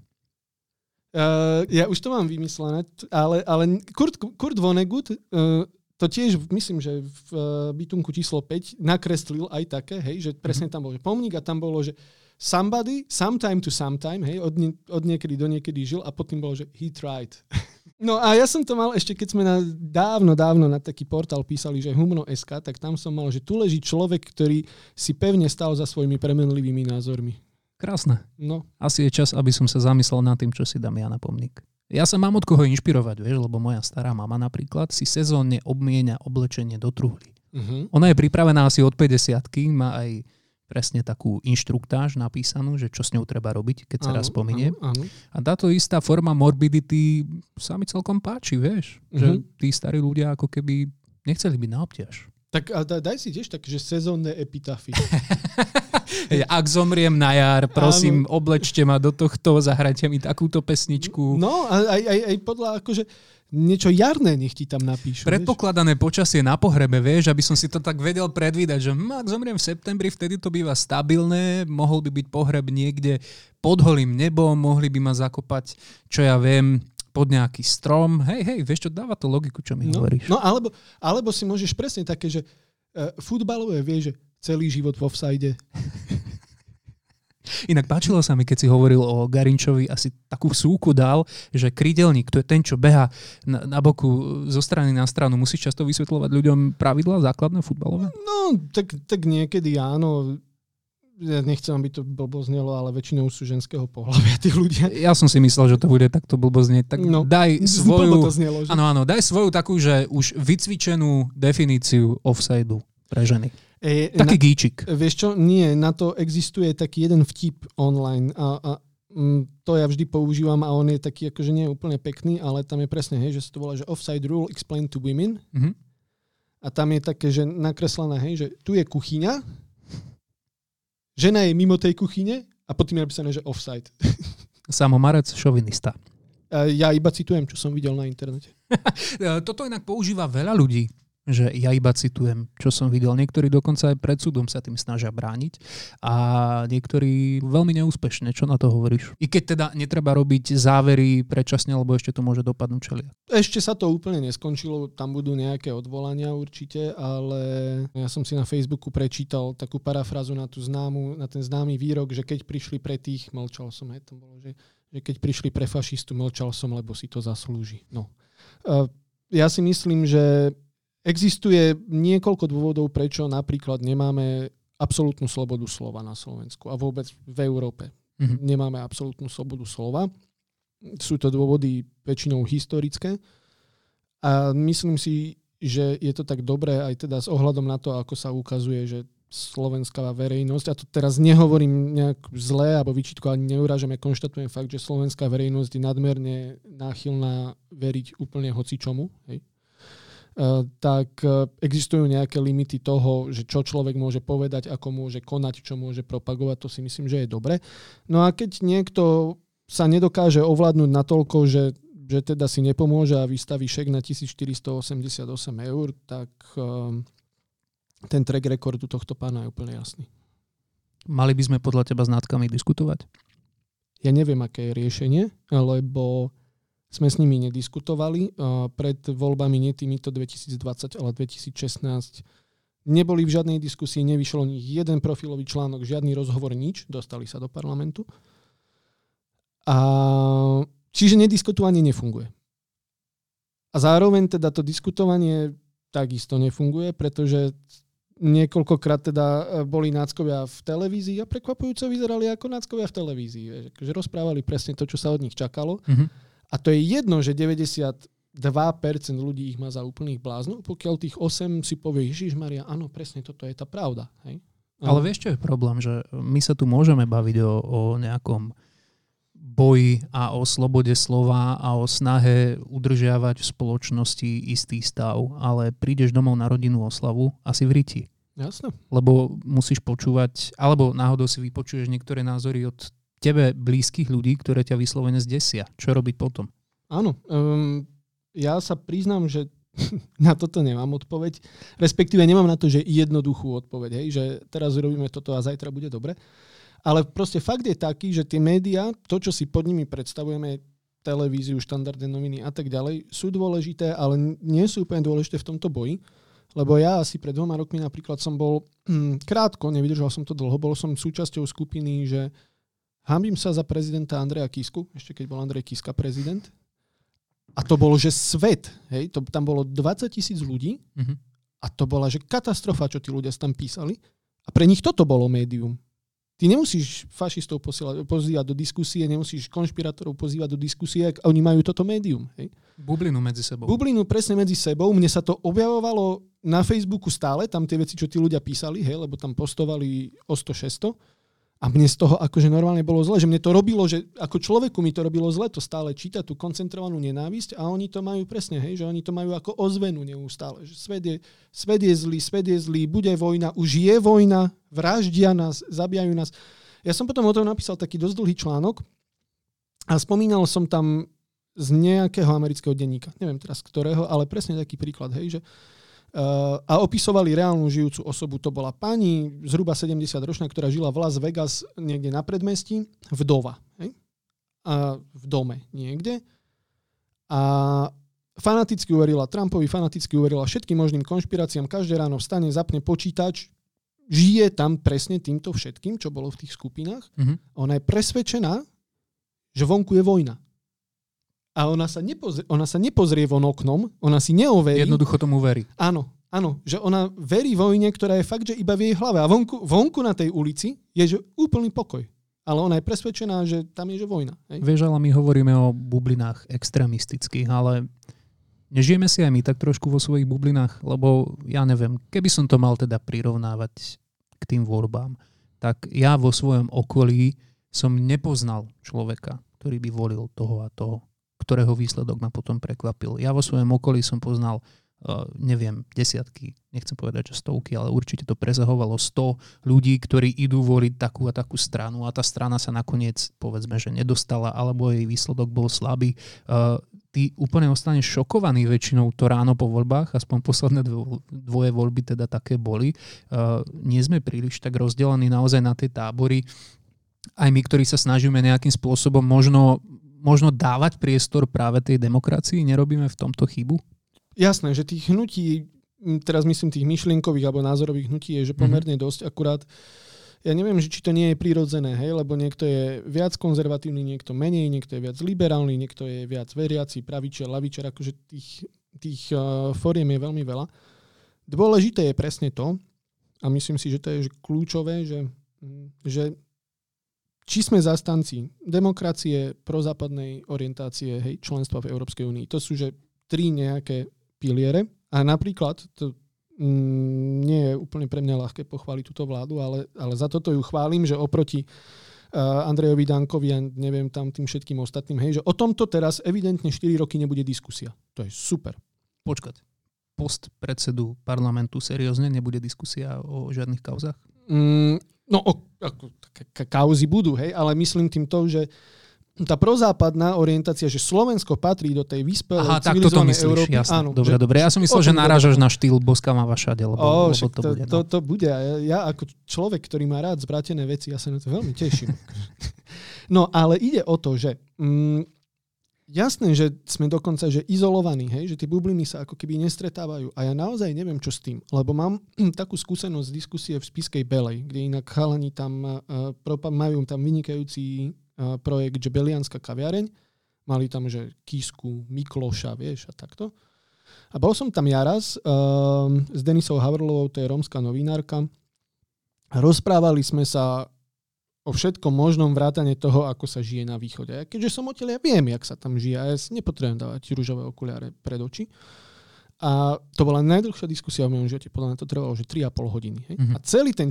Speaker 3: Ja už to mám vymyslené, ale Kurt Vonnegut to tiež, myslím, že v bytunku číslo 5 nakreslil aj také, hej, že presne tam bol že pomník a tam bolo, že somebody, sometime to sometime, hej, od niekedy do niekedy žil a potom bolo, že he tried. No a ja som to mal ešte, keď sme dávno na taký portál písali, že Humno.sk, tak tam som mal, že tu leží človek, ktorý si pevne stál za svojimi premenlivými názormi.
Speaker 2: Krásne.
Speaker 3: No.
Speaker 2: Asi je čas, aby som sa zamyslel nad tým, čo si dám ja na pomník. Ja sa mám od koho inšpirovať, vieš, lebo moja stará mama napríklad si sezónne obmienia oblečenie do truhly. Uh-huh. Ona je pripravená asi od 50-ky, má aj presne takú inštruktáž napísanú, že čo s ňou treba robiť, keď sa raz spominie. A táto istá forma morbidity sa mi celkom páči, vieš, že tí starí ľudia ako keby nechceli byť na obťaž.
Speaker 3: Tak a daj si tiež také, že sezónne epitafy.
Speaker 2: Ak zomriem na jar, prosím, oblečte ma do tohto, zahrajte mi takúto pesničku.
Speaker 3: No, aj podľa akože niečo jarné nech ti tam napíšu.
Speaker 2: Predpokladané počasie na pohrebe, vieš, aby som si to tak vedel predvídať, že ak zomriem v septembri, vtedy to býva stabilné, mohol by byť pohreb niekde pod holým nebom, mohli by ma zakopať, čo ja viem, pod nejaký strom. Hej, vieš čo, dáva to logiku, čo mi hovoríš.
Speaker 3: No, alebo si môžeš presne také, že futbalové, vieš, že celý život v offside.
Speaker 2: Inak páčilo sa mi, keď si hovoril o Garinčovi, asi takú súku dal, že krídelník, to je ten, čo beha na boku zo strany na stranu. Musíš často vysvetľovať ľuďom pravidlá základné futbalové?
Speaker 3: No, tak niekedy áno. Ja nechcem, aby to blbo znelo, ale väčšinou sú ženského pohlavia tí ľudia.
Speaker 2: Ja som si myslel, že to bude takto blbo znieť. Tak daj svoju...
Speaker 3: To znelo, že?
Speaker 2: Áno, daj svoju takú, že už vycvičenú definíciu offsideu pre ženy. Taký gíčik.
Speaker 3: Vieš čo? Nie, na to existuje taký jeden vtip online a to ja vždy používam a on je taký akože nie úplne pekný, ale tam je presne, hej, že sa to volá, že offside rule explained to women. Mm-hmm. A tam je také, že nakreslené, hej, že tu je kuchyňa, žena je mimo tej kuchyne a potom je napísané, že offside.
Speaker 2: Samomarec, šovinista.
Speaker 3: Ja iba citujem, čo som videl na internete.
Speaker 2: Toto inak používa veľa ľudí, že ja iba citujem, čo som videl. Niektorí dokonca aj pred súdom sa tým snažia brániť a niektorí veľmi neúspešne. Čo na to hovoríš? I keď teda netreba robiť závery predčasne, lebo ešte to môže dopadnúť čelia.
Speaker 3: Ešte sa to úplne neskončilo, tam budú nejaké odvolania určite, ale ja som si na Facebooku prečítal takú parafrázu na ten známy výrok, že keď prišli pre tých, mlčal som, to bolo, že keď prišli pre fašistu, mlčal som, lebo si to zaslúži. No. Ja si myslím, že existuje niekoľko dôvodov, prečo napríklad nemáme absolútnu slobodu slova na Slovensku a vôbec v Európe. Mm-hmm. Nemáme absolútnu slobodu slova. Sú to dôvody väčšinou historické a myslím si, že je to tak dobré aj teda s ohľadom na to, ako sa ukazuje, že slovenská verejnosť, a to teraz nehovorím nejak zlé alebo výčitko, ani neurážam, ja konštatujem fakt, že slovenská verejnosť je nadmerne náchylná veriť úplne hocičomu, hej. Tak existujú nejaké limity toho, že čo človek môže povedať, ako môže konať, čo môže propagovať, to si myslím, že je dobre. No a keď niekto sa nedokáže ovládnuť natoľko, že teda si nepomôže a vystaví šek na 1488 eur, tak ten track recordu tohto pána je úplne jasný.
Speaker 2: Mali by sme podľa teba s nátkami diskutovať?
Speaker 3: Ja neviem, aké je riešenie, lebo sme s nimi nediskutovali. Pred voľbami nie týmito 2020, ale 2016 neboli v žiadnej diskusii, nevyšiel ani jeden profilový článok, žiadny rozhovor, nič. Dostali sa do parlamentu. Čiže nediskutovanie nefunguje. A zároveň teda to diskutovanie takisto nefunguje, pretože niekoľkokrát teda boli náckovia v televízii a prekvapujúco vyzerali ako náckovia v televízii. Že rozprávali presne to, čo sa od nich čakalo. Mm-hmm. A to je jedno, že 90% 2% ľudí ich má za úplných bláznov, pokiaľ tých 8 si povie, Ježišmaria, áno, presne toto je tá pravda. Hej?
Speaker 2: Ale vieš, čo je problém, že my sa tu môžeme baviť o nejakom boji a o slobode slova a o snahe udržiavať v spoločnosti istý stav, ale prídeš domov na rodinnú oslavu a si v riti.
Speaker 3: Jasne.
Speaker 2: Lebo musíš počúvať, alebo náhodou si vypočuješ niektoré názory od tebe blízkych ľudí, ktoré ťa vyslovene zdesia. Čo robiť potom?
Speaker 3: Áno. Ja sa priznám, že na toto nemám odpoveď. Respektíve nemám na to, že jednoduchú odpoveď. Hej? Že teraz robíme toto a zajtra bude dobre. Ale proste fakt je taký, že tie médiá, to, čo si pod nimi predstavujeme, televíziu, štandardné noviny a tak ďalej, sú dôležité, ale nie sú úplne dôležité v tomto boji. Lebo ja asi pred 2 rokmi napríklad som bol krátko, nevydržal som to dlho, bol som súčasťou skupiny, že hanbím sa za prezidenta Andreja Kisku, ešte keď bol Andrej Kiska prezident. A to bolo, že svet, hej, tam bolo 20 000 ľudí a to bola, že katastrofa, čo tí ľudia tam písali. A pre nich toto bolo médium. Ty nemusíš fašistov pozývať do diskusie, nemusíš konšpirátorov pozývať do diskusie, ak oni majú toto médium. Hej.
Speaker 2: Bublinu medzi sebou.
Speaker 3: Bublinu presne medzi sebou. Mne sa to objavovalo na Facebooku stále, tam tie veci, čo tí ľudia písali, hej, lebo tam postovali o 100-600. A mne z toho akože normálne bolo zle, že mne to robilo, že ako človeku mi to robilo zle, to stále čítať, tú koncentrovanú nenávisť a oni to majú presne, hej, že oni to majú ako ozvenu neustále, že svet je zlý, bude vojna, už je vojna, vraždia nás, zabijajú nás. Ja som potom o tom napísal taký dosť dlhý článok a spomínal som tam z nejakého amerického denníka, neviem teraz ktorého, ale presne taký príklad, hej, že a opisovali reálnu žijúcu osobu. To bola pani, zhruba 70-ročná, ktorá žila v Las Vegas niekde na predmestí, vdova. Hej? A v dome niekde. A fanaticky uverila Trumpovi, fanaticky uverila všetkým možným konšpiráciám. Každé ráno vstane, zapne počítač, žije tam presne týmto všetkým, čo bolo v tých skupinách. Ona je presvedčená, že vonku je vojna. A ona sa nepozrie von oknom, ona si neoverí.
Speaker 2: Jednoducho tomu verí.
Speaker 3: Áno, že ona verí vojne, ktorá je fakt, že iba v jej hlave. A vonku na tej ulici je že úplný pokoj. Ale ona je presvedčená, že tam je že vojna. Hej?
Speaker 2: Vieš, ale my hovoríme o bublinách extrémistických, ale nežijeme si aj my tak trošku vo svojich bublinách, lebo ja neviem, keby som to mal teda prirovnávať k tým voľbám, tak ja vo svojom okolí som nepoznal človeka, ktorý by volil toho a toho, ktorého výsledok ma potom prekvapil. Ja vo svojom okolí som poznal, neviem, desiatky, nechcem povedať, že stovky, ale určite to presahovalo 100 ľudí, ktorí idú voliť takú a takú stranu a tá strana sa nakoniec, povedzme, že nedostala, alebo jej výsledok bol slabý. Ty úplne ostaneš šokovaný väčšinou to ráno po voľbách, aspoň posledné dvoje voľby teda také boli. Nie sme príliš tak rozdelení naozaj na tie tábory. Aj my, ktorí sa snažíme nejakým spôsobom možno dávať priestor práve tej demokracii, nerobíme v tomto chybu?
Speaker 3: Jasné, že tých hnutí, teraz myslím tých myšlienkových alebo názorových hnutí je že pomerne dosť, akurát ja neviem, či to nie je prirodzené, hej, lebo niekto je viac konzervatívny, niekto menej, niekto je viac liberálny, niekto je viac veriaci, pravičer, lavičer, akože tých foriem je veľmi veľa. Dôležité je presne to, a myslím si, že to je kľúčové, že či sme zastanci demokracie, prozápadnej orientácie, hej, členstva v Európskej únii. To sú že 3 nejaké piliere. A napríklad, to nie je úplne pre mňa ľahké pochváliť túto vládu, ale za toto ju chválim, že oproti Andrejovi Dankovi a neviem tam tým všetkým ostatným, hej, že o tomto teraz evidentne 4 roky nebude diskusia. To je super.
Speaker 2: Počkať. Post predsedu parlamentu seriózne nebude diskusia o žiadnych kauzách?
Speaker 3: Kauzy budú, hej, ale myslím tým to, že tá prozápadná orientácia, že Slovensko patrí do tej vyspelej civilizovanej Európy.
Speaker 2: Jasne. Áno, dobre. Ja som myslel, že narážaš na štýl Boska má všade, lebo to bude.
Speaker 3: To bude. Ja ako človek, ktorý má rád zvrátené veci, ja sa na to veľmi teším. No, ale ide o to, že jasné, že sme dokonca že izolovaní, hej, že tie bubliny sa ako keby nestretávajú. A ja naozaj neviem, čo s tým. Lebo mám takú skúsenosť z diskusie v Spišskej Belej, kde inak chalani tam majú tam vynikajúci projekt, že Belianská kaviareň. Mali tam, že Kisku, Mikloša, vieš, a takto. A bol som tam ja raz s Denisou Havrlovou, to je rómska novinárka. Rozprávali sme sa o všetkom možnom vrátane toho, ako sa žije na východe. A keďže som odtiaľ, ja viem, jak sa tam žije a ja si nepotrebujem dávať ružové okuliare pred oči. A to bola najdlhšia diskusia v mojom živote, podľa mňa to trvalo že 3,5 hodiny. Hej? A celý ten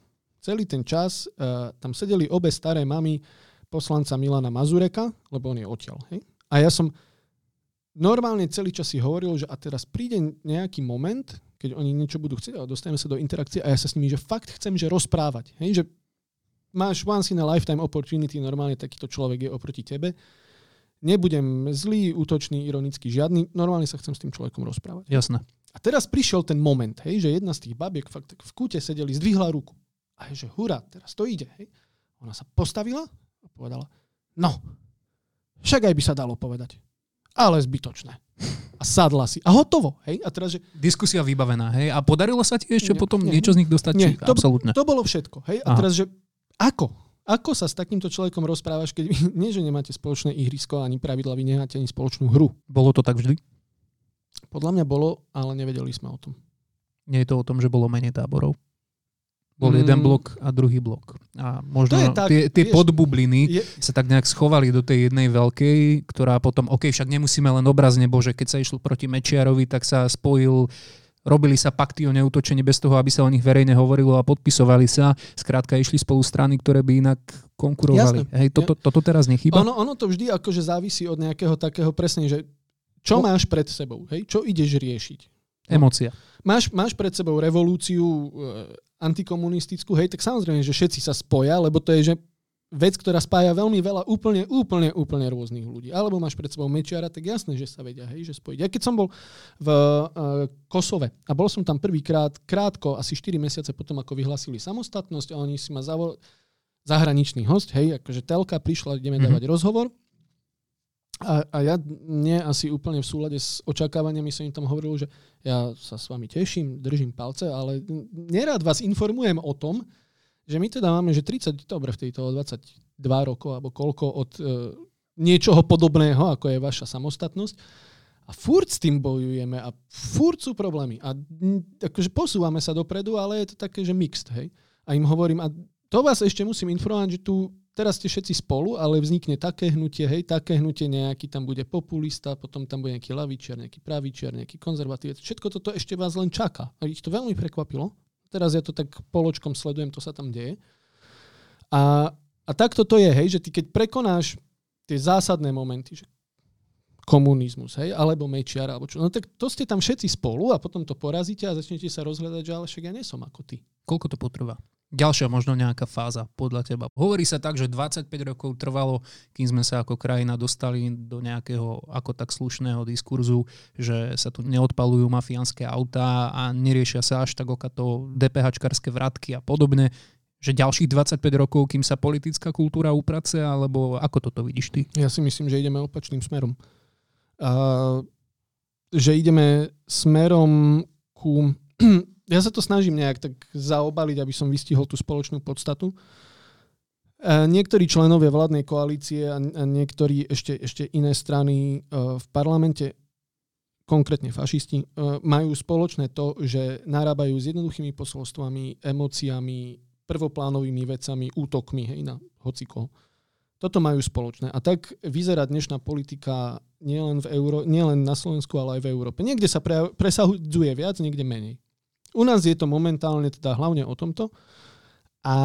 Speaker 3: čas tam sedeli obe staré mamy poslanca Milana Mazureka, lebo on je odtiaľ. Hej? A ja som normálne celý čas si hovoril, že a teraz príde nejaký moment, keď oni niečo budú chcieť a dostaneme sa do interakcie a ja sa s nimi, že fakt chcem, že rozprávať. Hej? Že máš once in a lifetime opportunity, normálne takýto človek je oproti tebe. Nebudem zlý, útočný, ironický, žiadny. Normálne sa chcem s tým človekom rozprávať.
Speaker 2: Jasné.
Speaker 3: A teraz prišiel ten moment, hej, že jedna z tých babiek fakt tak v kúte sedeli, zdvihla ruku. A je, že hurá, teraz to ide. Hej. Ona sa postavila a povedala, no, však aj by sa dalo povedať. Ale zbytočné. A sadla si. A hotovo. Hej. A teraz, že...
Speaker 2: Diskusia vybavená. Hej. A podarilo sa ti ešte potom niečo z nich dostať?
Speaker 3: Nie,
Speaker 2: absolútne.
Speaker 3: To bolo všetko. Hej. A teraz, že ako? Ako sa s takýmto človekom rozprávaš, keď nie, že nemáte spoločné ihrisko, ani pravidla, vy nemáte ani spoločnú hru?
Speaker 2: Bolo to tak vždy?
Speaker 3: Podľa mňa bolo, ale nevedeli sme o tom. Nie
Speaker 2: je to o tom, že bolo menej táborov? Bol jeden blok a druhý blok. A možno tie podbubliny sa tak nejak schovali do tej jednej veľkej, ktorá potom, však nemusíme len obrazne, bože, keď sa išlo proti Mečiarovi, tak sa spojil. Robili sa pakty o neútočení bez toho, aby sa o nich verejne hovorilo a podpisovali sa. Skrátka išli spolu strany, ktoré by inak konkurovali. Hej, toto teraz nechýba?
Speaker 3: Ono to vždy akože závisí od nejakého takého presne, že čo máš pred sebou, hej? Čo ideš riešiť?
Speaker 2: Emócia.
Speaker 3: Máš pred sebou revolúciu antikomunistickú, hej, tak samozrejme, že všetci sa spoja, lebo to je, že vec, ktorá spája veľmi veľa úplne rôznych ľudí. Alebo máš pred sebou Mečiara, tak jasné, že sa vedia, hej, že spojiť. Ja keď som bol v Kosove a bol som tam prvýkrát, krátko, asi 4 mesiace potom, ako vyhlásili samostatnosť a oni si ma zahraničný host, hej, akože telka prišla, ideme dávať rozhovor a ja nie asi úplne v súlade s očakávaniami som im tam hovoril, že ja sa s vami teším, držím palce, ale nerád vás informujem o tom, že my teda máme, že 22 rokov, alebo koľko od niečoho podobného, ako je vaša samostatnosť. A furt s tým bojujeme a furt sú problémy. A akože posúvame sa dopredu, ale je to také, že mixed, hej. A im hovorím, a to vás ešte musím informovať, že tu teraz ste všetci spolu, ale vznikne také hnutie, nejaký tam bude populista, potom tam bude nejaký lavičiar, nejaký pravičiar, nejaký konzervatívec. Všetko toto ešte vás len čaká. A ich to veľmi prekvapilo. Teraz ja to tak poločkom sledujem, to sa tam deje. A takto to je, hej, že ty keď prekonáš tie zásadné momenty, že komunizmus, hej, alebo Mečiar, alebo čo, no tak to ste tam všetci spolu a potom to porazíte a začnete sa rozhľadať, že ale však ja nie som ako ty.
Speaker 2: Koľko to potrvá? Ďalšia možno nejaká fáza podľa teba. Hovorí sa tak, že 25 rokov trvalo, kým sme sa ako krajina dostali do nejakého ako tak slušného diskurzu, že sa tu neodpalujú mafiánske autá a neriešia sa až tak okato DPH-čkarské vratky a podobne. Že ďalších 25 rokov, kým sa politická kultúra uprace, alebo ako toto vidíš ty?
Speaker 3: Ja si myslím, že ideme opačným smerom. Že ideme smerom ku... Ja sa to snažím nejak tak zaobaliť, aby som vystihol tú spoločnú podstatu. Niektorí členovia vládnej koalície a niektorí ešte iné strany v parlamente, konkrétne fašisti, majú spoločné to, že narábajú s jednoduchými posolstvami, emóciami, prvoplánovými vecami, útokmi, hej, na hocikoho. Toto majú spoločné. A tak vyzerá dnešná politika nielen na Slovensku, ale aj v Európe. Niekde sa presahuje viac, niekde menej. U nás je to momentálne teda hlavne o tomto. A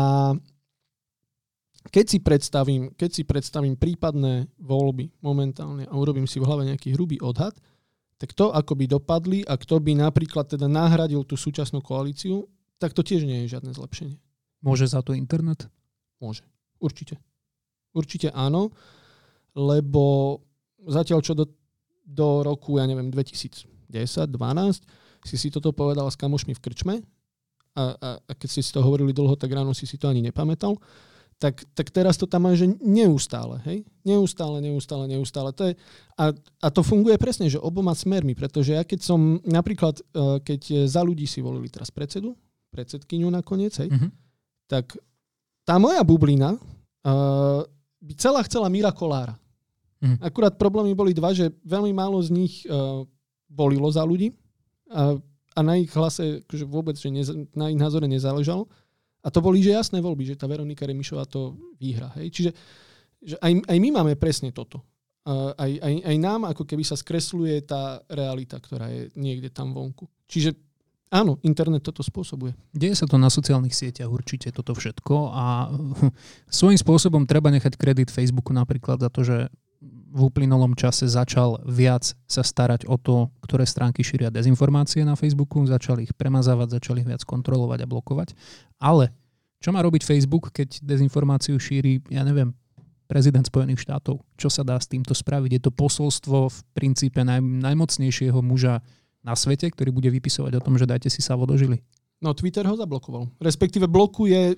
Speaker 3: keď si predstavím prípadné voľby momentálne a urobím si v hlave nejaký hrubý odhad, tak to, ako by dopadli a kto by napríklad teda nahradil tú súčasnú koalíciu, tak to tiež nie je žiadne zlepšenie.
Speaker 2: Môže za to internet?
Speaker 3: Môže. Určite. Určite áno, lebo zatiaľ čo do roku, ja neviem, 2010-12 si toto povedal s kamošmi v krčme a keď si to hovorili dlho, tak ráno si to ani nepamätal, tak teraz to tam máš, že neustále, hej? Neustále. To je, a to funguje presne, že oboma smermi, pretože ja keď som, napríklad, keď za ľudí si volili teraz predsedkyňu nakoniec, hej, tak tá moja bublina by chcela Míra Kolára. Akurát problémy boli dva, že veľmi málo z nich volilo za ľudí, a na ich hlase akože vôbec, že na ich názore nezáležalo. A to boli že jasné voľby, že tá Veronika Remišová to výhra. Hej? Čiže že aj my máme presne toto. Aj nám ako keby sa skresľuje tá realita, ktorá je niekde tam vonku. Čiže áno, internet toto spôsobuje.
Speaker 2: Deje sa to na sociálnych sieťach určite toto všetko a svojím spôsobom treba nechať kredit Facebooku napríklad za to, že v uplynulom čase začal viac sa starať o to, ktoré stránky šíria dezinformácie na Facebooku, začali ich premazávať, začali ich viac kontrolovať a blokovať. Ale čo má robiť Facebook, keď dezinformáciu šíri, ja neviem, prezident Spojených štátov? Čo sa dá s týmto spraviť? Je to posolstvo v princípe najmocnejšieho muža na svete, ktorý bude vypisovať o tom, že dajte si sa vodožili.
Speaker 3: No Twitter ho zablokoval. Respektíve blokuje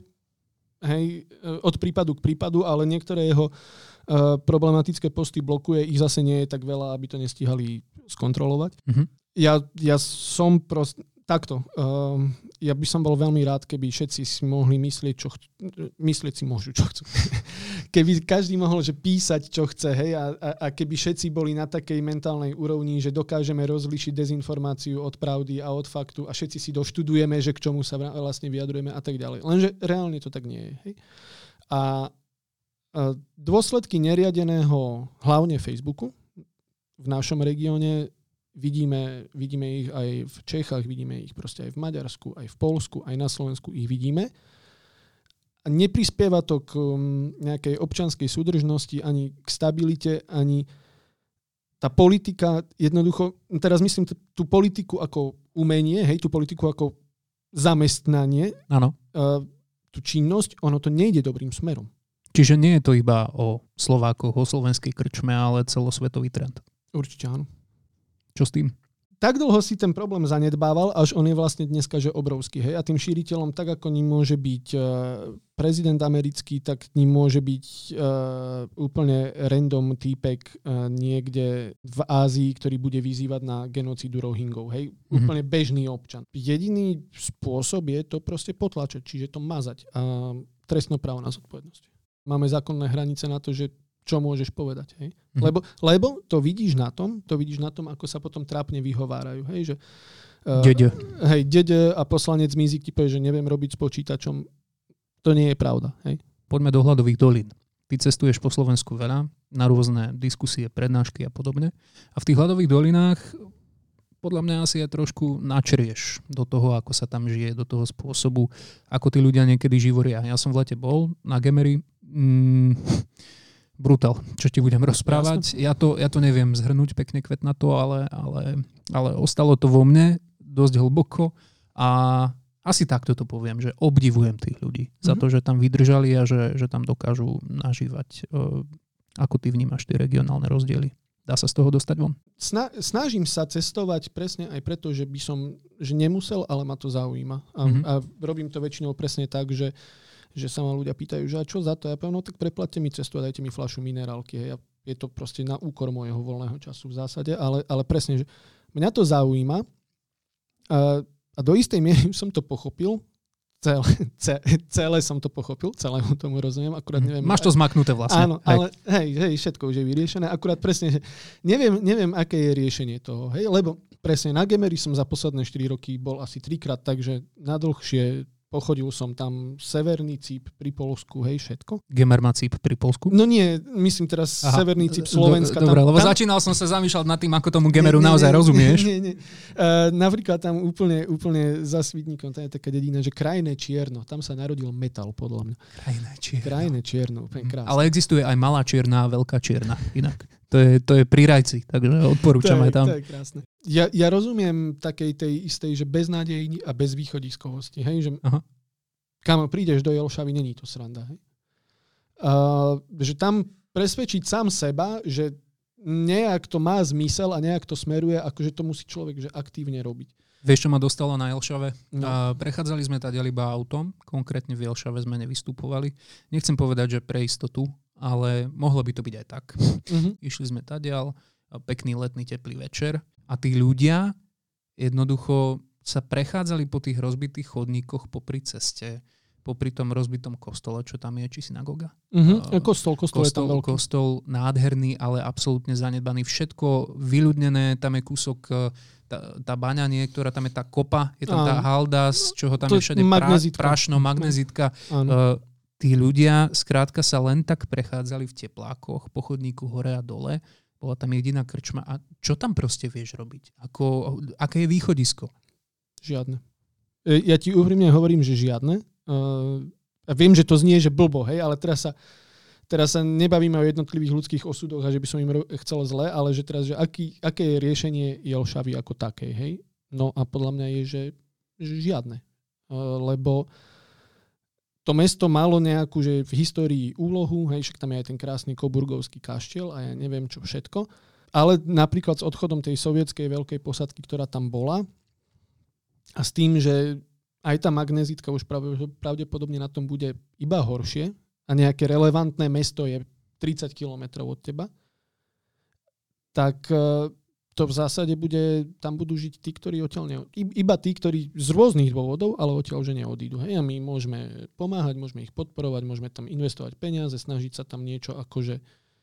Speaker 3: od prípadu k prípadu, ale niektoré jeho problematické posty blokuje. Ich zase nie je tak veľa, aby to nestíhali skontrolovať. Mm-hmm. Ja som takto. Ja by som bol veľmi rád, keby všetci si mohli myslieť, myslieť si môžu, čo chcú. Keby každý mohol písať, čo chce, hej, a keby všetci boli na takej mentálnej úrovni, že dokážeme rozlíšiť dezinformáciu od pravdy a od faktu a všetci si doštudujeme, že k čomu sa vlastne vyjadrujeme a tak ďalej. Lenže reálne to tak nie je. Hej. A dôsledky neriadeného hlavne Facebooku v našom regióne vidíme ich aj v Čechách, vidíme ich proste aj v Maďarsku, aj v Poľsku, aj na Slovensku ich vidíme. A neprispieva to k nejakej občianskej súdržnosti, ani k stabilite, ani tá politika jednoducho, teraz myslím tú politiku ako umenie, hej, tú politiku ako zamestnanie,
Speaker 2: áno.
Speaker 3: Tú činnosť, ono to nejde dobrým smerom.
Speaker 2: Čiže nie je to iba o Slovákoch, o slovenskej krčme, ale celosvetový trend.
Speaker 3: Určite áno.
Speaker 2: Čo s tým?
Speaker 3: Tak dlho si ten problém zanedbával, až on je vlastne dneska že obrovský. Hej? A tým šíriteľom, tak ako ním môže byť prezident americký, tak ním môže byť úplne random týpek niekde v Ázii, ktorý bude vyzývať na genocídu Rohingov. Hej? Úplne bežný občan. Jediný spôsob je to proste potlačať, čiže to mazať. A trestné právo na zodpovednosť. Máme zákonné hranice na to, že čo môžeš povedať. Hej? Lebo to vidíš na tom, ako sa potom trápne vyhovárajú. Hej? Že, dede a poslanec Mizik ti povie, že neviem robiť s počítačom. To nie je pravda. Hej?
Speaker 2: Poďme do hľadových dolín. Ty cestuješ po Slovensku veľa, na rôzne diskusie, prednášky a podobne. A v tých hľadových dolinách podľa mňa asi aj trošku načrieš do toho, ako sa tam žije, do toho spôsobu, ako tí ľudia niekedy živoria. Ja som v lete bol na Gemery. Brutál, čo ti budem rozprávať. Ja to neviem zhrnúť pekne kvetnato, ale ostalo to vo mne dosť hlboko a asi takto to poviem, že obdivujem tých ľudí za to, že tam vydržali a že tam dokážu nažívať. Ako ty vnímaš tie regionálne rozdiely? Dá sa z toho dostať von?
Speaker 3: Snažím sa cestovať presne aj preto, že by som nemusel, ale ma to zaujíma. A robím to väčšinou presne tak, že sa ma ľudia pýtajú, že a čo za to? Ja poviem, no tak preplatte mi cestu a dajte mi fľašu minerálky. Hej. Je to proste na úkor môjho voľného času v zásade, ale presne, že mňa to zaujíma a do istej miery som to pochopil. Celé som to pochopil, celému tomu rozumiem. Akurát neviem.
Speaker 2: Máš to zmaknuté vlastne.
Speaker 3: Áno, ale hej, všetko už je vyriešené. Akurát presne, že neviem, aké je riešenie toho. Hej, lebo presne na Gemery som za posledné 4 roky bol asi 3-krát, takže na dlhšie pochodil som tam severný cíp pri Poľsku, hej, všetko.
Speaker 2: Gemer má cíp pri Poľsku?
Speaker 3: No nie, myslím teraz severný cíp Slovenska.
Speaker 2: Dobre, lebo začínal som sa zamýšľať nad tým, ako tomu Gemeru naozaj rozumieš.
Speaker 3: Nie. Napríklad tam úplne za Svidníkom, tam je taká dedina, že Krajné Čierno, tam sa narodil metal, podľa mňa. Krajné Čierno, úplne krásne.
Speaker 2: Ale existuje aj Malá Čierna a Veľká Čierna, inak. To je pri Rajci, takže odporúčam aj tam.
Speaker 3: To je krásne. Ja rozumiem takej tej istej, že beznádej a bezvýchodiskovosti. Hej, že kam prídeš do Jelšavy, není to sranda. Hej? Že tam presvedčiť sám seba, že nejak to má zmysel a nejak to smeruje, akože to musí človek že aktívne robiť.
Speaker 2: Vieš, čo ma dostalo na Jelšave? No. Prechádzali sme tady iba autom, konkrétne v Jelšave sme nevystupovali. Nechcem povedať, že pre istotu, ale mohlo by to byť aj tak. Išli sme tadiaľ, pekný letný teplý večer a tí ľudia jednoducho sa prechádzali po tých rozbitých chodníkoch popri ceste popri tom rozbitom kostole, čo tam je, či synagoga.
Speaker 3: Kostol je tam veľký.
Speaker 2: Kostol nádherný, ale absolútne zanedbaný. Všetko vyľudnené, tam je kúsok tá baňa, ktorá tam je tá kopa, je tam tá halda, z čoho tam je všade prášno, magnezitka. Tí ľudia skrátka sa len tak prechádzali v teplákoch, po chodníku hore a dole. Bola tam jediná krčma. A čo tam proste vieš robiť? Aké je východisko?
Speaker 3: Žiadne. Ja ti úprimne hovorím, že žiadne. A viem, že to znie, že blbo, hej, ale teraz sa nebavíme o jednotlivých ľudských osudoch a že by som im chcel zle, ale že teraz, že aké je riešenie Jelšavy ako takej, hej? No a podľa mňa je, že žiadne. Lebo to mesto malo nejakú, že v histórii úlohu, hej, však tam je aj ten krásny Koburgovský kaštiel a ja neviem čo všetko, ale napríklad s odchodom tej sovietskej veľkej posadky, ktorá tam bola, a s tým, že aj tá magnezitka už pravdepodobne na tom bude iba horšie a nejaké relevantné mesto je 30 kilometrov od teba, tak to v zásade tam budú žiť tí, ktorí odtiaľ iba tí, ktorí z rôznych dôvodov, ale odtiaľ že neodídu. Hej? A my môžeme pomáhať, môžeme ich podporovať, môžeme tam investovať peniaze, snažiť sa tam niečo akože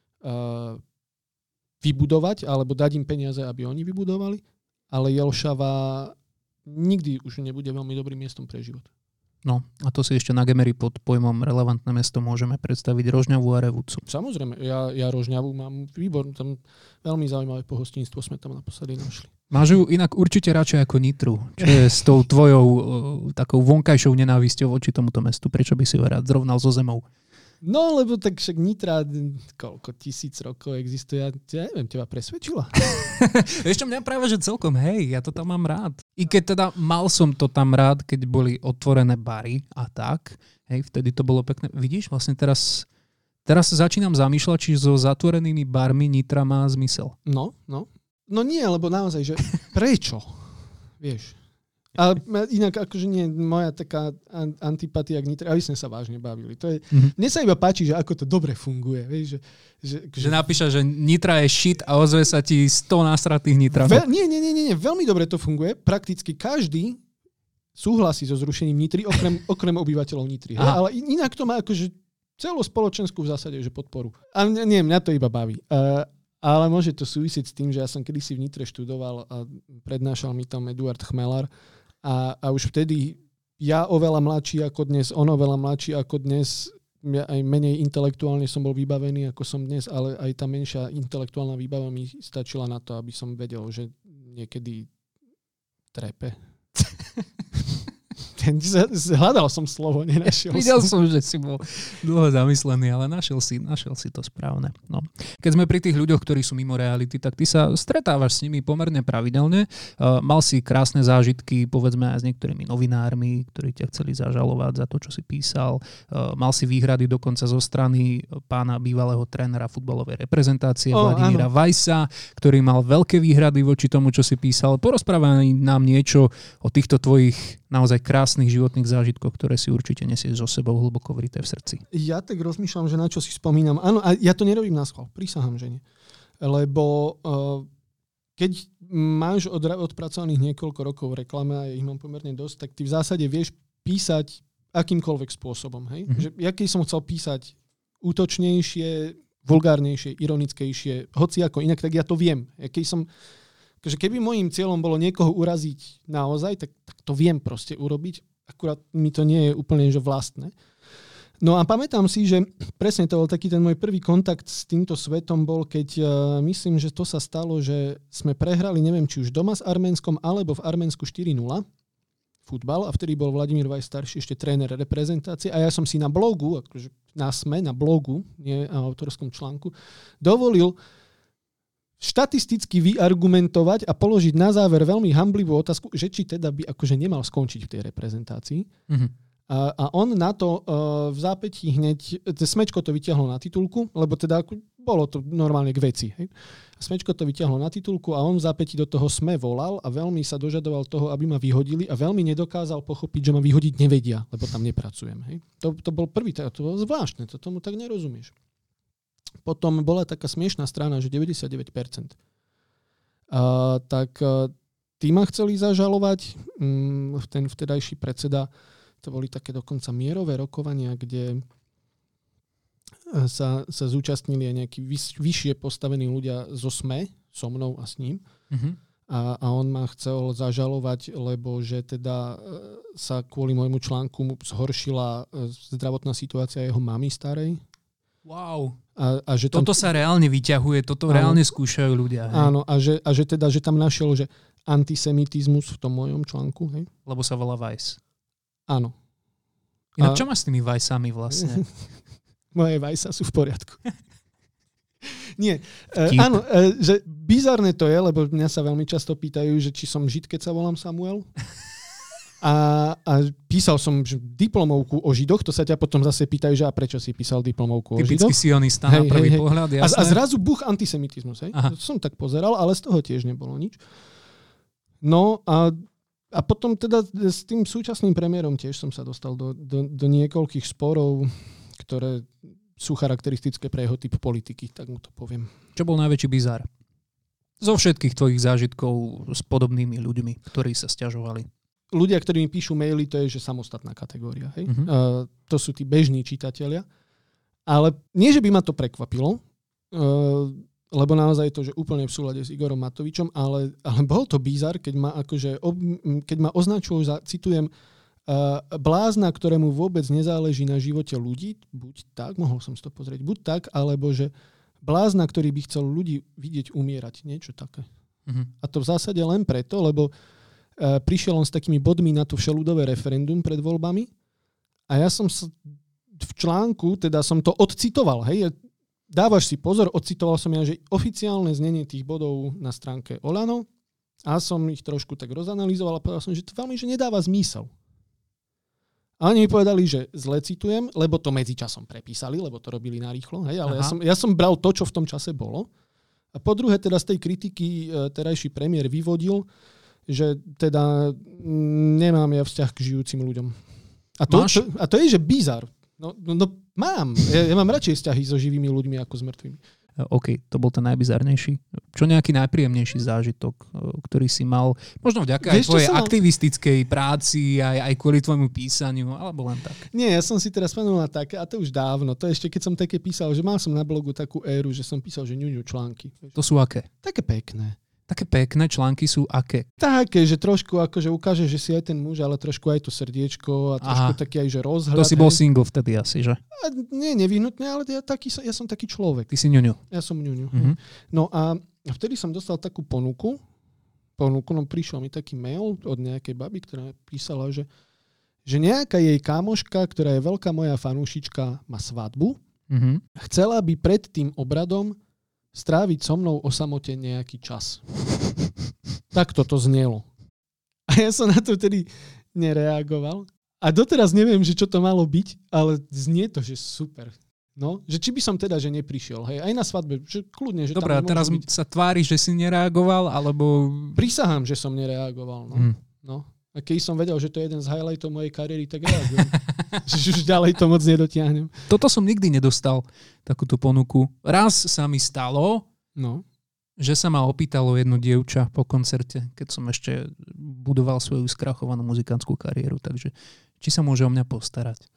Speaker 3: vybudovať, alebo dať im peniaze, aby oni vybudovali, ale Jelšava nikdy už nebude veľmi dobrým miestom pre život.
Speaker 2: No, a to si ešte na Gemery pod pojmom relevantné mesto môžeme predstaviť Rožňavu a Revúcu.
Speaker 3: Samozrejme, ja Rožňavu mám výbor, tam veľmi zaujímavé pohostinstvo sme tam naposledy našli.
Speaker 2: Máš ju inak určite radšej ako Nitru, čo je s tou tvojou takou vonkajšou nenávisťou voči tomuto mestu, prečo by si ho rád zrovnal so zemou?
Speaker 3: No, lebo tak však Nitra koľko 1000 rokov existuje, ja neviem, teba presvedčila.
Speaker 2: Ešte mňa práve, že celkom, hej, ja to tam mám rád. I keď teda mal som to tam rád, keď boli otvorené bary a tak, hej, vtedy to bolo pekné. Vidíš, vlastne teraz sa začínam zamýšľať, či so zatvorenými barmi Nitra má zmysel.
Speaker 3: No nie, lebo naozaj, že prečo? Vieš. Ale inak akože nie, moja taká antipatia k Nitre, aby sme sa vážne bavili. To je, mne sa iba páči, že ako to dobre funguje. Vieš, že
Speaker 2: napíša, že Nitra je shit a ozve sa ti 100 násratých Nitranov.
Speaker 3: Nie, veľmi dobre to funguje. Prakticky každý súhlasí so zrušením Nitry, okrem obyvateľov Nitry. Ale inak to má akože celospoločenskú v zásade, že podporu. A nie, mňa to iba baví. Ale môže to súvisieť s tým, že ja som kedysi v Nitre študoval a prednášal mi tam Eduard Chmelar. A už vtedy ja oveľa mladší ako dnes, on oveľa mladší ako dnes, ja aj menej intelektuálne som bol vybavený ako som dnes, ale aj tá menšia intelektuálna výbava mi stačila na to, aby som vedel, že niekedy trepe. Hľadal som slovo, nenašiel som.
Speaker 2: Videl som, že si bol dlho zamyslený, ale našiel si to správne. No. Keď sme pri tých ľuďoch, ktorí sú mimo reality, tak ty sa stretávaš s nimi pomerne pravidelne. Mal si krásne zážitky, povedzme aj s niektorými novinármi, ktorí ťa chceli zažalovať za to, čo si písal. Mal si výhrady dokonca zo strany pána bývalého trénera futbalovej reprezentácie Vladimíra Vajsa, ktorý mal veľké výhrady voči tomu, čo si písal. Porozprávaj nám niečo o týchto tvojich naozaj krásnych životných zážitkoch, ktoré si určite nesieš so sebou hlboko vrité v srdci.
Speaker 3: Ja tak rozmýšľam, že na čo si spomínam. Áno, a ja to nerobím na schvál. Prisahám, že nie. Lebo keď máš odpracovaných niekoľko rokov v reklame a ich mám pomerne dosť, tak ty v zásade vieš písať akýmkoľvek spôsobom. Hej? Že, keď som chcel písať útočnejšie, vulgárnejšie, ironickejšie, hoci ako inak, tak ja to viem. Keby môjim cieľom bolo niekoho uraziť naozaj, tak to viem proste urobiť. Akurát mi to nie je úplne že vlastné. No a pamätám si, že presne to bol taký ten môj prvý kontakt s týmto svetom bol, keď myslím, že to sa stalo, že sme prehrali, neviem, či už doma s Arménskom, alebo v Arménsku 4-0 futbal a vtedy bol Vladimír Vajs starší ešte tréner reprezentácie a ja som si na blogu, akože na blogu, nie na autorskom článku, dovolil štatisticky vyargumentovať a položiť na záver veľmi hanblivú otázku, že či teda by akože nemal skončiť v tej reprezentácii. Mm-hmm. A on na to v zápätí hneď, Smečko to vytiahlo na titulku, lebo teda bolo to normálne k veci. Hej. Smečko to vytiahlo na titulku a on v zápätí do toho SME volal a veľmi sa dožadoval toho, aby ma vyhodili a veľmi nedokázal pochopiť, že ma vyhodiť nevedia, lebo tam nepracujem. Hej. To bol prvý, to bolo zvláštne, to tomu tak nerozumieš. Potom bola taká smiešná strana, že 99%. Tak tí ma chceli zažalovať, ten vtedajší predseda to boli také dokonca mierové rokovania, kde sa zúčastnili aj nejakí vyššie postavení ľudia zo SME, so mnou a s ním.
Speaker 2: Uh-huh.
Speaker 3: A on ma chcel zažalovať, lebo že teda sa kvôli môjmu článku zhoršila zdravotná situácia jeho mamy starej.
Speaker 2: Wow.
Speaker 3: A že tam,
Speaker 2: toto sa reálne vyťahuje, toto reálne skúšajú ľudia. Hej?
Speaker 3: Áno, a že teda, že tam našiel, že antisemitizmus v tom mojom článku. Hej?
Speaker 2: Lebo sa volá Vice.
Speaker 3: Áno.
Speaker 2: Inak čo máš s tými Vajsami vlastne?
Speaker 3: Moje Vajsa sú v poriadku. Nie. Áno, že bizarné to je, lebo mňa sa veľmi často pýtajú, že či som Žid, keď sa volám Samuel. A písal som diplomovku o Židoch, to sa ťa potom zase pýtajú, že a prečo si písal diplomovku o Židoch?
Speaker 2: Typický sionista na prvý pohľad, jasné.
Speaker 3: A zrazu buch antisemitizmus, hej? To som tak pozeral, ale z toho tiež nebolo nič. No a potom teda s tým súčasným premiérom tiež som sa dostal do niekoľkých sporov, ktoré sú charakteristické pre jeho typ politiky, tak mu to poviem. Čo
Speaker 2: bol najväčší bizár? Zo všetkých tvojich zážitkov s podobnými ľuďmi, ktorí sa sťažovali.
Speaker 3: Ľudia, ktorí mi píšu maily, to je že samostatná kategória. Hej? Uh-huh. To sú tí bežní čitatelia. Ale nie, že by ma to prekvapilo, lebo naozaj je to, že úplne v súlade s Igorom Matovičom, ale bol to bizár, keď ma označujú za, citujem, blázna, ktorému vôbec nezáleží na živote ľudí, buď tak, mohol som si to pozrieť, buď tak, alebo že blázna, ktorý by chcel ľudí vidieť umierať, niečo také. Uh-huh. A to v zásade len preto, lebo prišiel on s takými bodmi na to všeľudové referendum pred voľbami a ja som v článku, teda som to odcitoval, hej, dávaš si pozor, odcitoval som ja, že oficiálne znenie tých bodov na stránke Olano a som ich trošku tak rozanalizoval a povedal som, že to veľmi že nedáva zmysel. A oni mi povedali, že zle citujem, lebo to medzičasom prepísali, lebo to robili narýchlo, hej, ale ja som bral to, čo v tom čase bolo. A po druhé, teda z tej kritiky terajší premiér vyvodil, že teda nemám ja vzťah k žijúcim ľuďom. A to je, že bizar. No mám. Ja mám radšej vzťahy so živými ľuďmi ako s mŕtvými.
Speaker 2: OK, to bol ten najbizarnejší. Čo nejaký najpríjemnejší zážitok, ktorý si mal, možno vďaka aj tvojej aktivistickej práci, aj kvôli tvojmu písaniu, alebo len tak?
Speaker 3: Nie, ja som si teraz spomenul na také, a to už dávno, to ešte keď som také písal, že mal som na blogu takú éru, že som písal, že ňuňu články.
Speaker 2: To sú aké?
Speaker 3: Také pekné.
Speaker 2: Také pekné články sú aké?
Speaker 3: Také, že trošku akože ukáže, že si aj ten muž, ale trošku aj to srdiečko a trošku taký aj, že rozhľad.
Speaker 2: To si bol single vtedy asi, že?
Speaker 3: Nie, nevyhnutne, ale ja som taký človek.
Speaker 2: Ty si ňuňu.
Speaker 3: Ja som ňuňu. Mm-hmm. No a vtedy som dostal takú ponuku, no prišiel mi taký mail od nejakej baby, ktorá písala, že nejaká jej kámoška, ktorá je veľká moja fanúšička, má svadbu. Mm-hmm. Chcela by pred tým obradom stráviť so mnou o samote nejaký čas. Tak toto znelo. A ja som na to vtedy nereagoval. A doteraz neviem, že čo to malo byť, ale znie to, že super. No, že či by som teda, že neprišiel. Hej, aj na svadbe, že kľudne, že
Speaker 2: dobre,
Speaker 3: tam
Speaker 2: teraz
Speaker 3: byť.
Speaker 2: Sa tváriš, že si nereagoval, alebo...
Speaker 3: Prisahám, že som nereagoval. No. A keď som vedel, že to je jeden z highlightov mojej kariéry, tak reagujem. Že už ďalej to moc nedotiahnem.
Speaker 2: Toto som nikdy nedostal, takúto ponuku. Raz sa mi stalo, že sa ma opýtalo jedno dievča po koncerte, keď som ešte budoval svoju skrachovanú muzikantskú kariéru. Takže či sa môže o mňa postarať?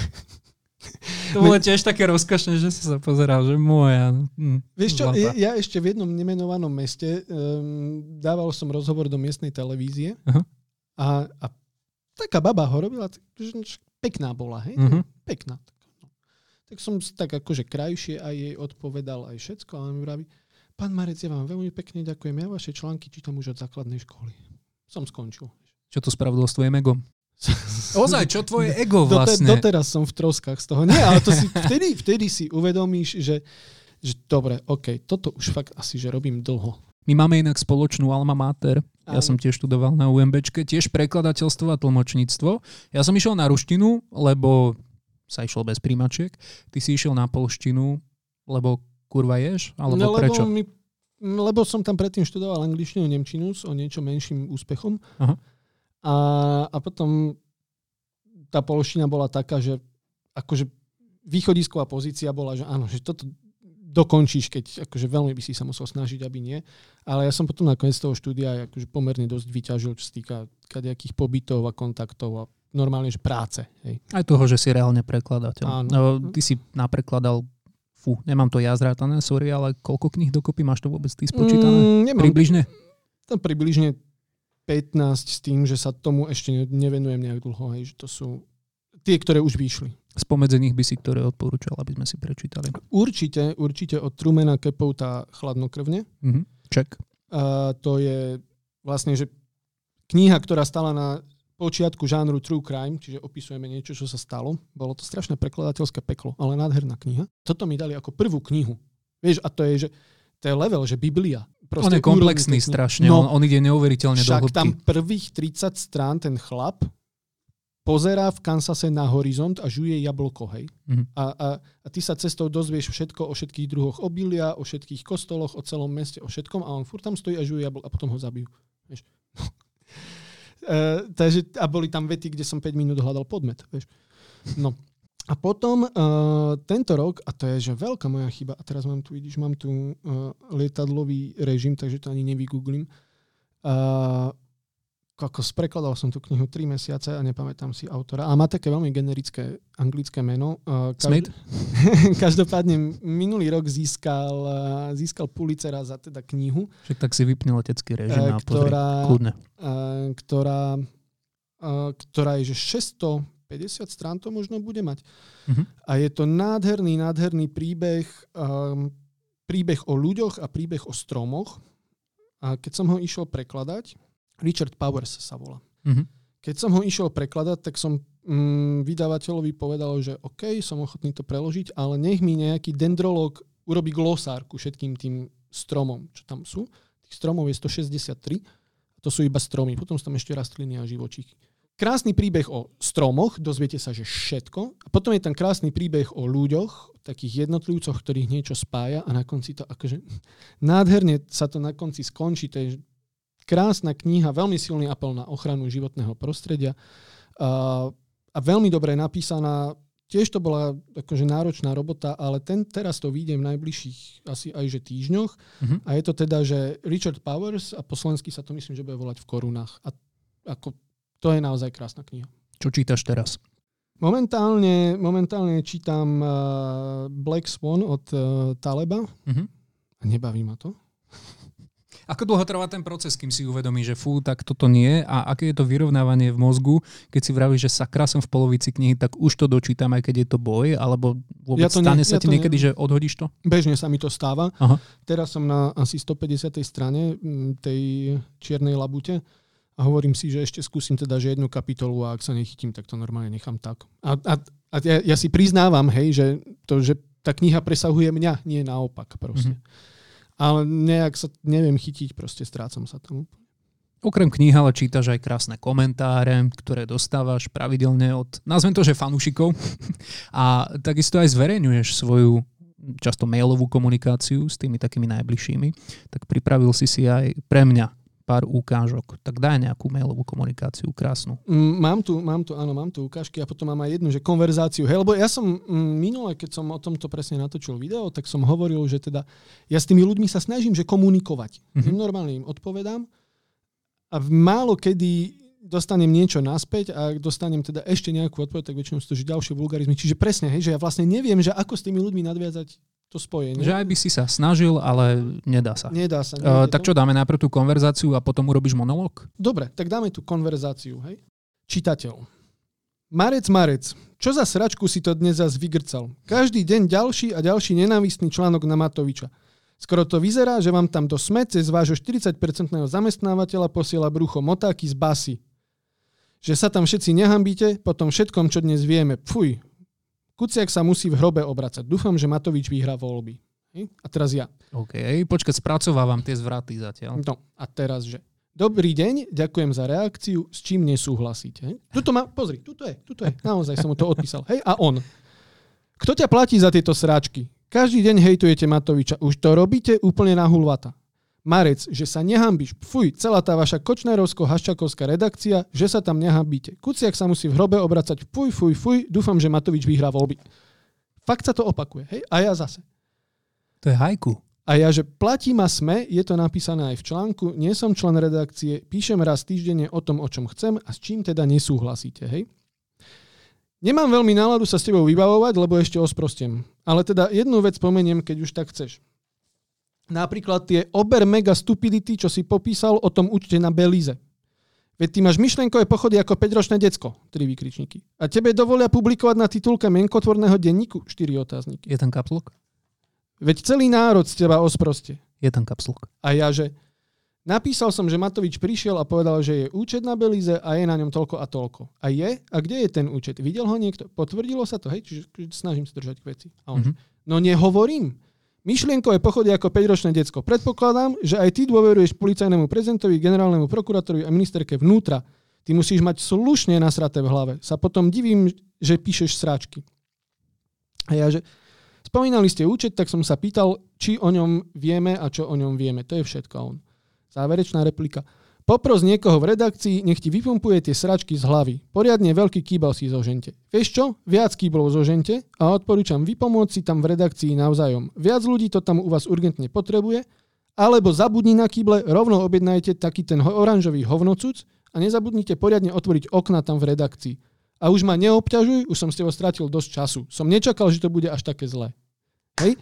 Speaker 2: To bolo tiež také rozkošné, že si sa pozeral, že moja.
Speaker 3: Vieš čo, ja ešte v jednom nemenovanom meste dával som rozhovor do miestnej televízie. Uh-huh. A taká baba ho robila, pekná bola, hej? Uh-huh. Pekná. Tak som tak akože krajšie aj jej odpovedal aj všetko, ale mi vraví, pán Marec, ja vám veľmi pekne ďakujem, ja vaše články čítam už od základnej školy. Som skončil.
Speaker 2: Čo to spravilo s tvojim egom? Ozaj, čo tvoje ego vlastne?
Speaker 3: Doteraz som v troskách z toho. Nie, ale to si vtedy si uvedomíš, že dobre, OK, toto už fakt asi, že robím dlho.
Speaker 2: My máme inak spoločnú alma mater. Ja som tiež študoval na UMBčke, tiež prekladateľstvo a tlmočníctvo. Ja som išiel na ruštinu, lebo sa išlo bez príjmačiek. Ty si išiel na poľštinu, lebo kurva ješ? Alebo prečo?
Speaker 3: Lebo som tam predtým študoval angličtinu, nemčinu s o niečo menším úspechom. Aha. A potom tá poľština bola taká, že akože východisková pozícia bola, že áno, že toto dokončíš, keď akože veľmi by si sa musel snažiť, aby nie. Ale ja som potom nakoniec toho štúdia akože pomerne dosť vyťažil, čo sa týka kadejakých pobytov a kontaktov a normálne, že práce. Hej.
Speaker 2: Aj toho, že si reálne prekladateľ.
Speaker 3: Áno.
Speaker 2: Ty si naprekladal, nemám to ja zrátané, sorry, ale koľko kníh dokopy máš to vôbec ty spočítané?
Speaker 3: Nemám.
Speaker 2: Približne?
Speaker 3: Približne 15 s tým, že sa tomu ešte nevenujem nejak dlho. Hej, že to sú tie, ktoré už vyšli.
Speaker 2: Spomedzi nich by si ktoré odporúčal, aby sme si prečítali?
Speaker 3: Určite od Trumana Capota Chladnokrvne.
Speaker 2: Check.
Speaker 3: To je vlastne, že kniha, ktorá stala na počiatku žánru true crime, čiže opisujeme niečo, čo sa stalo. Bolo to strašné prekladateľské peklo, ale nádherná kniha. Toto mi dali ako prvú knihu. Vieš, a to je level, že Biblia.
Speaker 2: On je komplexný strašne, on ide neuveriteľne do hĺbky.
Speaker 3: Však tam prvých 30 strán ten chlap pozerá v Kansase na horizont a žuje jablko, hej. A ty sa cestou dozvieš všetko o všetkých druhoch obilia, o všetkých kostoloch, o celom meste, o všetkom a on furt tam stojí a žuje jablko a potom ho zabijú. Vieš. Takže, a boli tam vety, kde som 5 minút hľadal podmet. Vieš. No. A potom tento rok, a to je že veľká moja chyba, a teraz mám tu lietadlový režim, takže to ani nevygooglím. Prekladal som tú knihu 3 mesiace a nepamätám si autora. A má také veľmi generické anglické meno.
Speaker 2: Smith?
Speaker 3: Každopádne minulý rok získal Pulitzera za teda knihu.
Speaker 2: Však tak si vypni letecký režim a pozri, kľudne.
Speaker 3: Ktorá je, že 650 strán to možno bude mať. A je to nádherný príbeh o ľuďoch a príbeh o stromoch. A keď som ho išiel prekladať, Richard Powers sa volá. Keď som ho išiel prekladať, tak som vydavateľovi povedal, že OK, som ochotný to preložiť, ale nech mi nejaký dendrológ urobí glosár ku všetkým tým stromom, čo tam sú. Tých stromov je 163, to sú iba stromy, potom sú tam ešte rastliny a živočíchy. Krásny príbeh o stromoch, dozviete sa, že všetko. A potom je tam krásny príbeh o ľuďoch, takých jednotlivcoch, ktorých niečo spája a na konci to akože nádherne sa to na konci skončí. To je krásna kniha, veľmi silný apel na ochranu životného prostredia a veľmi dobre napísaná. Tiež to bola akože náročná robota, ale teraz to vyjde v najbližších asi aj že týždňoch. A je to teda, že Richard Powers a po slovensky sa to myslím, že bude volať V korunách. A ako, to je naozaj krásna kniha.
Speaker 2: Čo čítaš teraz?
Speaker 3: Momentálne čítam Black Swan od Taleba. A nebaví ma to.
Speaker 2: Ako dlho trvá ten proces, kým si uvedomí, že tak toto nie, a aké je to vyrovnávanie v mozgu, keď si vravíš, že sakra som v polovici knihy, tak už to dočítam, aj keď je to boj, alebo vôbec stane sa ti niekedy, že odhodíš to?
Speaker 3: Bežne sa mi to stáva. Aha. Teraz som na asi 150. strane tej čiernej labute a hovorím si, že ešte skúsim teda, že jednu kapitolu a ak sa nechytím, tak to normálne nechám tak. A ja si priznávam, hej, že tá kniha presahuje mňa, nie naopak proste. Ale nejak sa neviem chytiť, proste strácam sa tam.
Speaker 2: Okrem kníh ale čítaš aj krásne komentáre, ktoré dostávaš pravidelne od, nazvem to, že fanúšikov. A takisto aj zverejňuješ svoju často mailovú komunikáciu s tými takými najbližšími. Tak pripravil si aj pre mňa pár ukážok. Tak daj nejakú mailovú komunikáciu krásnu.
Speaker 3: Mám tu ukážky a potom mám aj jednu, že konverzáciu. Hej, lebo ja som minule, keď som o tomto presne natočil video, tak som hovoril, že teda ja s tými ľuďmi sa snažím, že komunikovať. Normálne im odpovedám a málo kedy dostanem niečo naspäť a ak dostanem teda ešte nejakú odpoveď, tak väčšinou sú to ďalšie vulgarizmy. Čiže presne, hej, že ja vlastne neviem, že ako s tými ľuďmi nadviazať to spojenie.
Speaker 2: Že aj by si sa snažil, ale nedá sa.
Speaker 3: Nedá sa.
Speaker 2: Tak čo, dáme najprv tú konverzáciu a potom urobíš monológ?
Speaker 3: Dobre, tak dáme tú konverzáciu. Hej? Čitateľ. Marec, čo za sračku si to dnes zas vygrcal? Každý deň ďalší a ďalší nenávistný článok na Matoviča. Skoro to vyzerá, že vám tam do SME cez vášho 40% zamestnávateľa posiela brucho motáky z basy. Že sa tam všetci nehambíte po tom všetkom, čo dnes vieme. Fuj. Kuciak sa musí v hrobe obracať. Dúfam, že Matovič vyhrá voľby. A teraz ja.
Speaker 2: OK, počkať, spracovávam tie zvraty zatiaľ.
Speaker 3: No, a teraz, že dobrý deň, ďakujem za reakciu, s čím nesúhlasíte. Pozri, tuto je. Naozaj som mu to odpísal. Hej, a on. Kto ťa platí za tieto sráčky? Každý deň hejtujete Matoviča. Už to robíte úplne na hulvata. Marec, že sa nehambíš. Fuj, celá tá vaša kočnerovsko-haščakovská redakcia, že sa tam nehambíte. Kuciak sa musí v hrobe obracať. Fuj, dúfam, že Matovič vyhrá voľby. Fakt sa to opakuje, hej? A ja zase.
Speaker 2: To je hajku.
Speaker 3: A ja, že platí ma SME, je to napísané aj v článku, nie som člen redakcie, píšem raz týždenne o tom, o čom chcem a s čím teda nesúhlasíte, hej? Nemám veľmi náladu sa s tebou vybavovať, lebo ešte osprostiem. Ale teda jednu vec spomeniem, keď už tak chceš. Napríklad tie ober mega stupidity, čo si popísal o tom účte na Belize. Veď ty máš myšlenkové pochody ako 5-ročné decko, 3 výkričníky. A tebe dovolia publikovať na titulke mienkotvorného denníku 4 otázniky.
Speaker 2: Je ten kapslok?
Speaker 3: Veď celý národ z teba osproste.
Speaker 2: Je ten kapslok.
Speaker 3: A ja, že napísal som, že Matovič prišiel a povedal, že je účet na Belize a je na ňom toľko a toľko. A je? A kde je ten účet? Videl ho niekto? Potvrdilo sa to? Hej, čiže snažím sa držať k veci. A on, no nehovorím. Myšlienkové pochody ako 5-ročné decko. Predpokladám, že aj ty dôveruješ policajnému prezidentovi, generálnemu prokurátorovi a ministerke vnútra. Ty musíš mať slušne nasraté v hlave. Sa potom divím, že píšeš sráčky. A ja, že spomínali ste účet, tak som sa pýtal, či o ňom vieme a čo o ňom vieme. To je všetko. On. Záverečná replika. Popros niekoho v redakcii, nech ti vypumpuje tie sračky z hlavy. Poriadne veľký kýbal si zožente. Vieš čo? Viac kýblov zožente a odporúčam vypomôcť si tam v redakcii navzájom. Viac ľudí to tam u vás urgentne potrebuje, alebo zabudni na kýble, rovno objednajte taký ten oranžový hovnocuc a nezabudnite poriadne otvoriť okna tam v redakcii. A už ma neobťažuj, už som s tebou stratil dosť času. Som nečakal, že to bude až také zlé. Hej?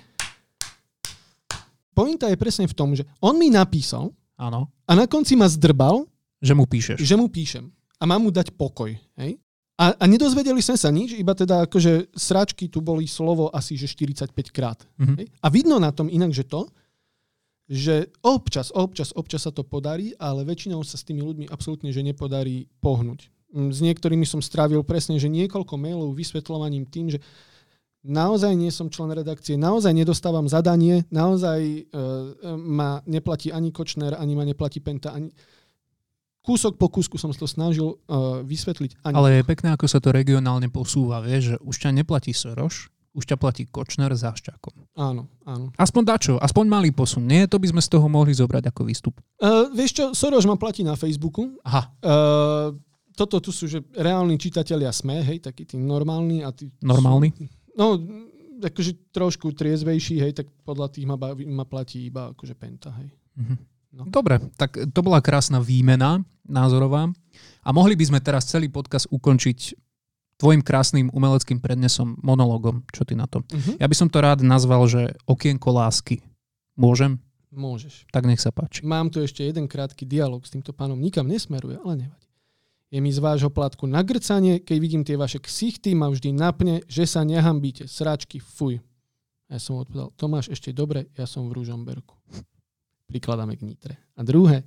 Speaker 3: Pointa je presne v tom, že on mi napísal,
Speaker 2: áno.
Speaker 3: A na konci ma zdrbal,
Speaker 2: že mu píšeš.
Speaker 3: Že mu píšem. A mám mu dať pokoj. Hej? A nedozvedeli sme sa nič, iba teda akože sračky tu boli slovo asi že 45 krát. Hej? A vidno na tom inak, že občas sa to podarí, ale väčšinou sa s tými ľuďmi absolútne že nepodarí pohnúť. S niektorými som strávil presne, že niekoľko mailov vysvetľovaním tým, že naozaj nie som člen redakcie, naozaj nedostávam zadanie, naozaj ma neplatí ani Kočner, ani ma neplatí Penta, ani kúsok po kúsku som sa to snažil vysvetliť.
Speaker 2: Ale je pekné, ako sa to regionálne posúva, vieš, že už ťa neplatí Soros, už ťa platí Kočner s Haščákom.
Speaker 3: Áno.
Speaker 2: Aspoň dačo, aspoň malý posun. Nie, to by sme z toho mohli zobrať ako výstup.
Speaker 3: Vieš čo, Soros ma platí na Facebooku.
Speaker 2: Aha.
Speaker 3: Toto tu sú, že reálni čitatelia SME, hej, takí tí normálni. A tí
Speaker 2: normálni?
Speaker 3: No, akože trošku triezvejší, hej, tak podľa tých ma platí iba akože Penta, hej. No.
Speaker 2: Dobre, tak to bola krásna výmena názorová. A mohli by sme teraz celý podcast ukončiť tvojim krásnym umeleckým prednesom, monológom. Čo ty na to? Ja by som to rád nazval, že okienko lásky. Môžem?
Speaker 3: Môžeš.
Speaker 2: Tak nech sa páči.
Speaker 3: Mám tu ešte jeden krátky dialog s týmto pánom. Nikam nesmeruje, ale nevadí. Je mi z vášho plátku nagrcanie, keď vidím tie vaše ksichty, ma vždy napne, že sa nehambíte. Sráčky, fuj. Ja som odpovedal, Tomáš, ešte dobre, ja som v Ružomberku. Prikladáme k Nitre. A druhé.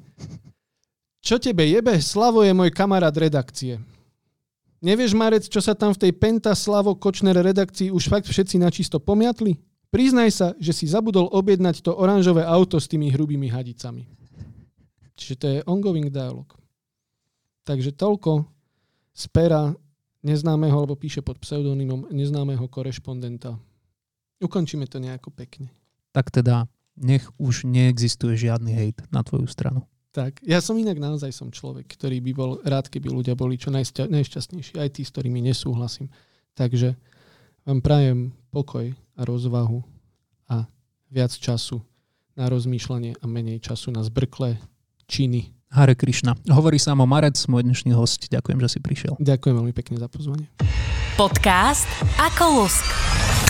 Speaker 3: Čo tebe jebe? Slavo je môj kamarát redakcie. Nevieš, Marec, čo sa tam v tej Penta Slavo Kočner redakcii už fakt všetci načisto pomiatli? Priznaj sa, že si zabudol objednať to oranžové auto s tými hrubými hadicami. Čiže to je ongoing dialog. Takže toľko z pera neznámeho, alebo píše pod pseudonymom neznámeho korešpondenta. Ukončíme to nejako pekne.
Speaker 2: Tak teda, nech už neexistuje žiadny hejt na tvoju stranu.
Speaker 3: Tak, ja som inak naozaj som človek, ktorý by bol rád, keby ľudia boli čo najšťastnejší, aj tí, s ktorými nesúhlasím. Takže vám prajem pokoj a rozvahu a viac času na rozmýšľanie a menej času na zbrklé činy.
Speaker 2: Hare Krišna. Hovorí Samo Marec, môj dnešný host. Ďakujem, že si prišiel.
Speaker 3: Ďakujem veľmi pekne za pozvanie.
Speaker 1: Podcast Ako lusk.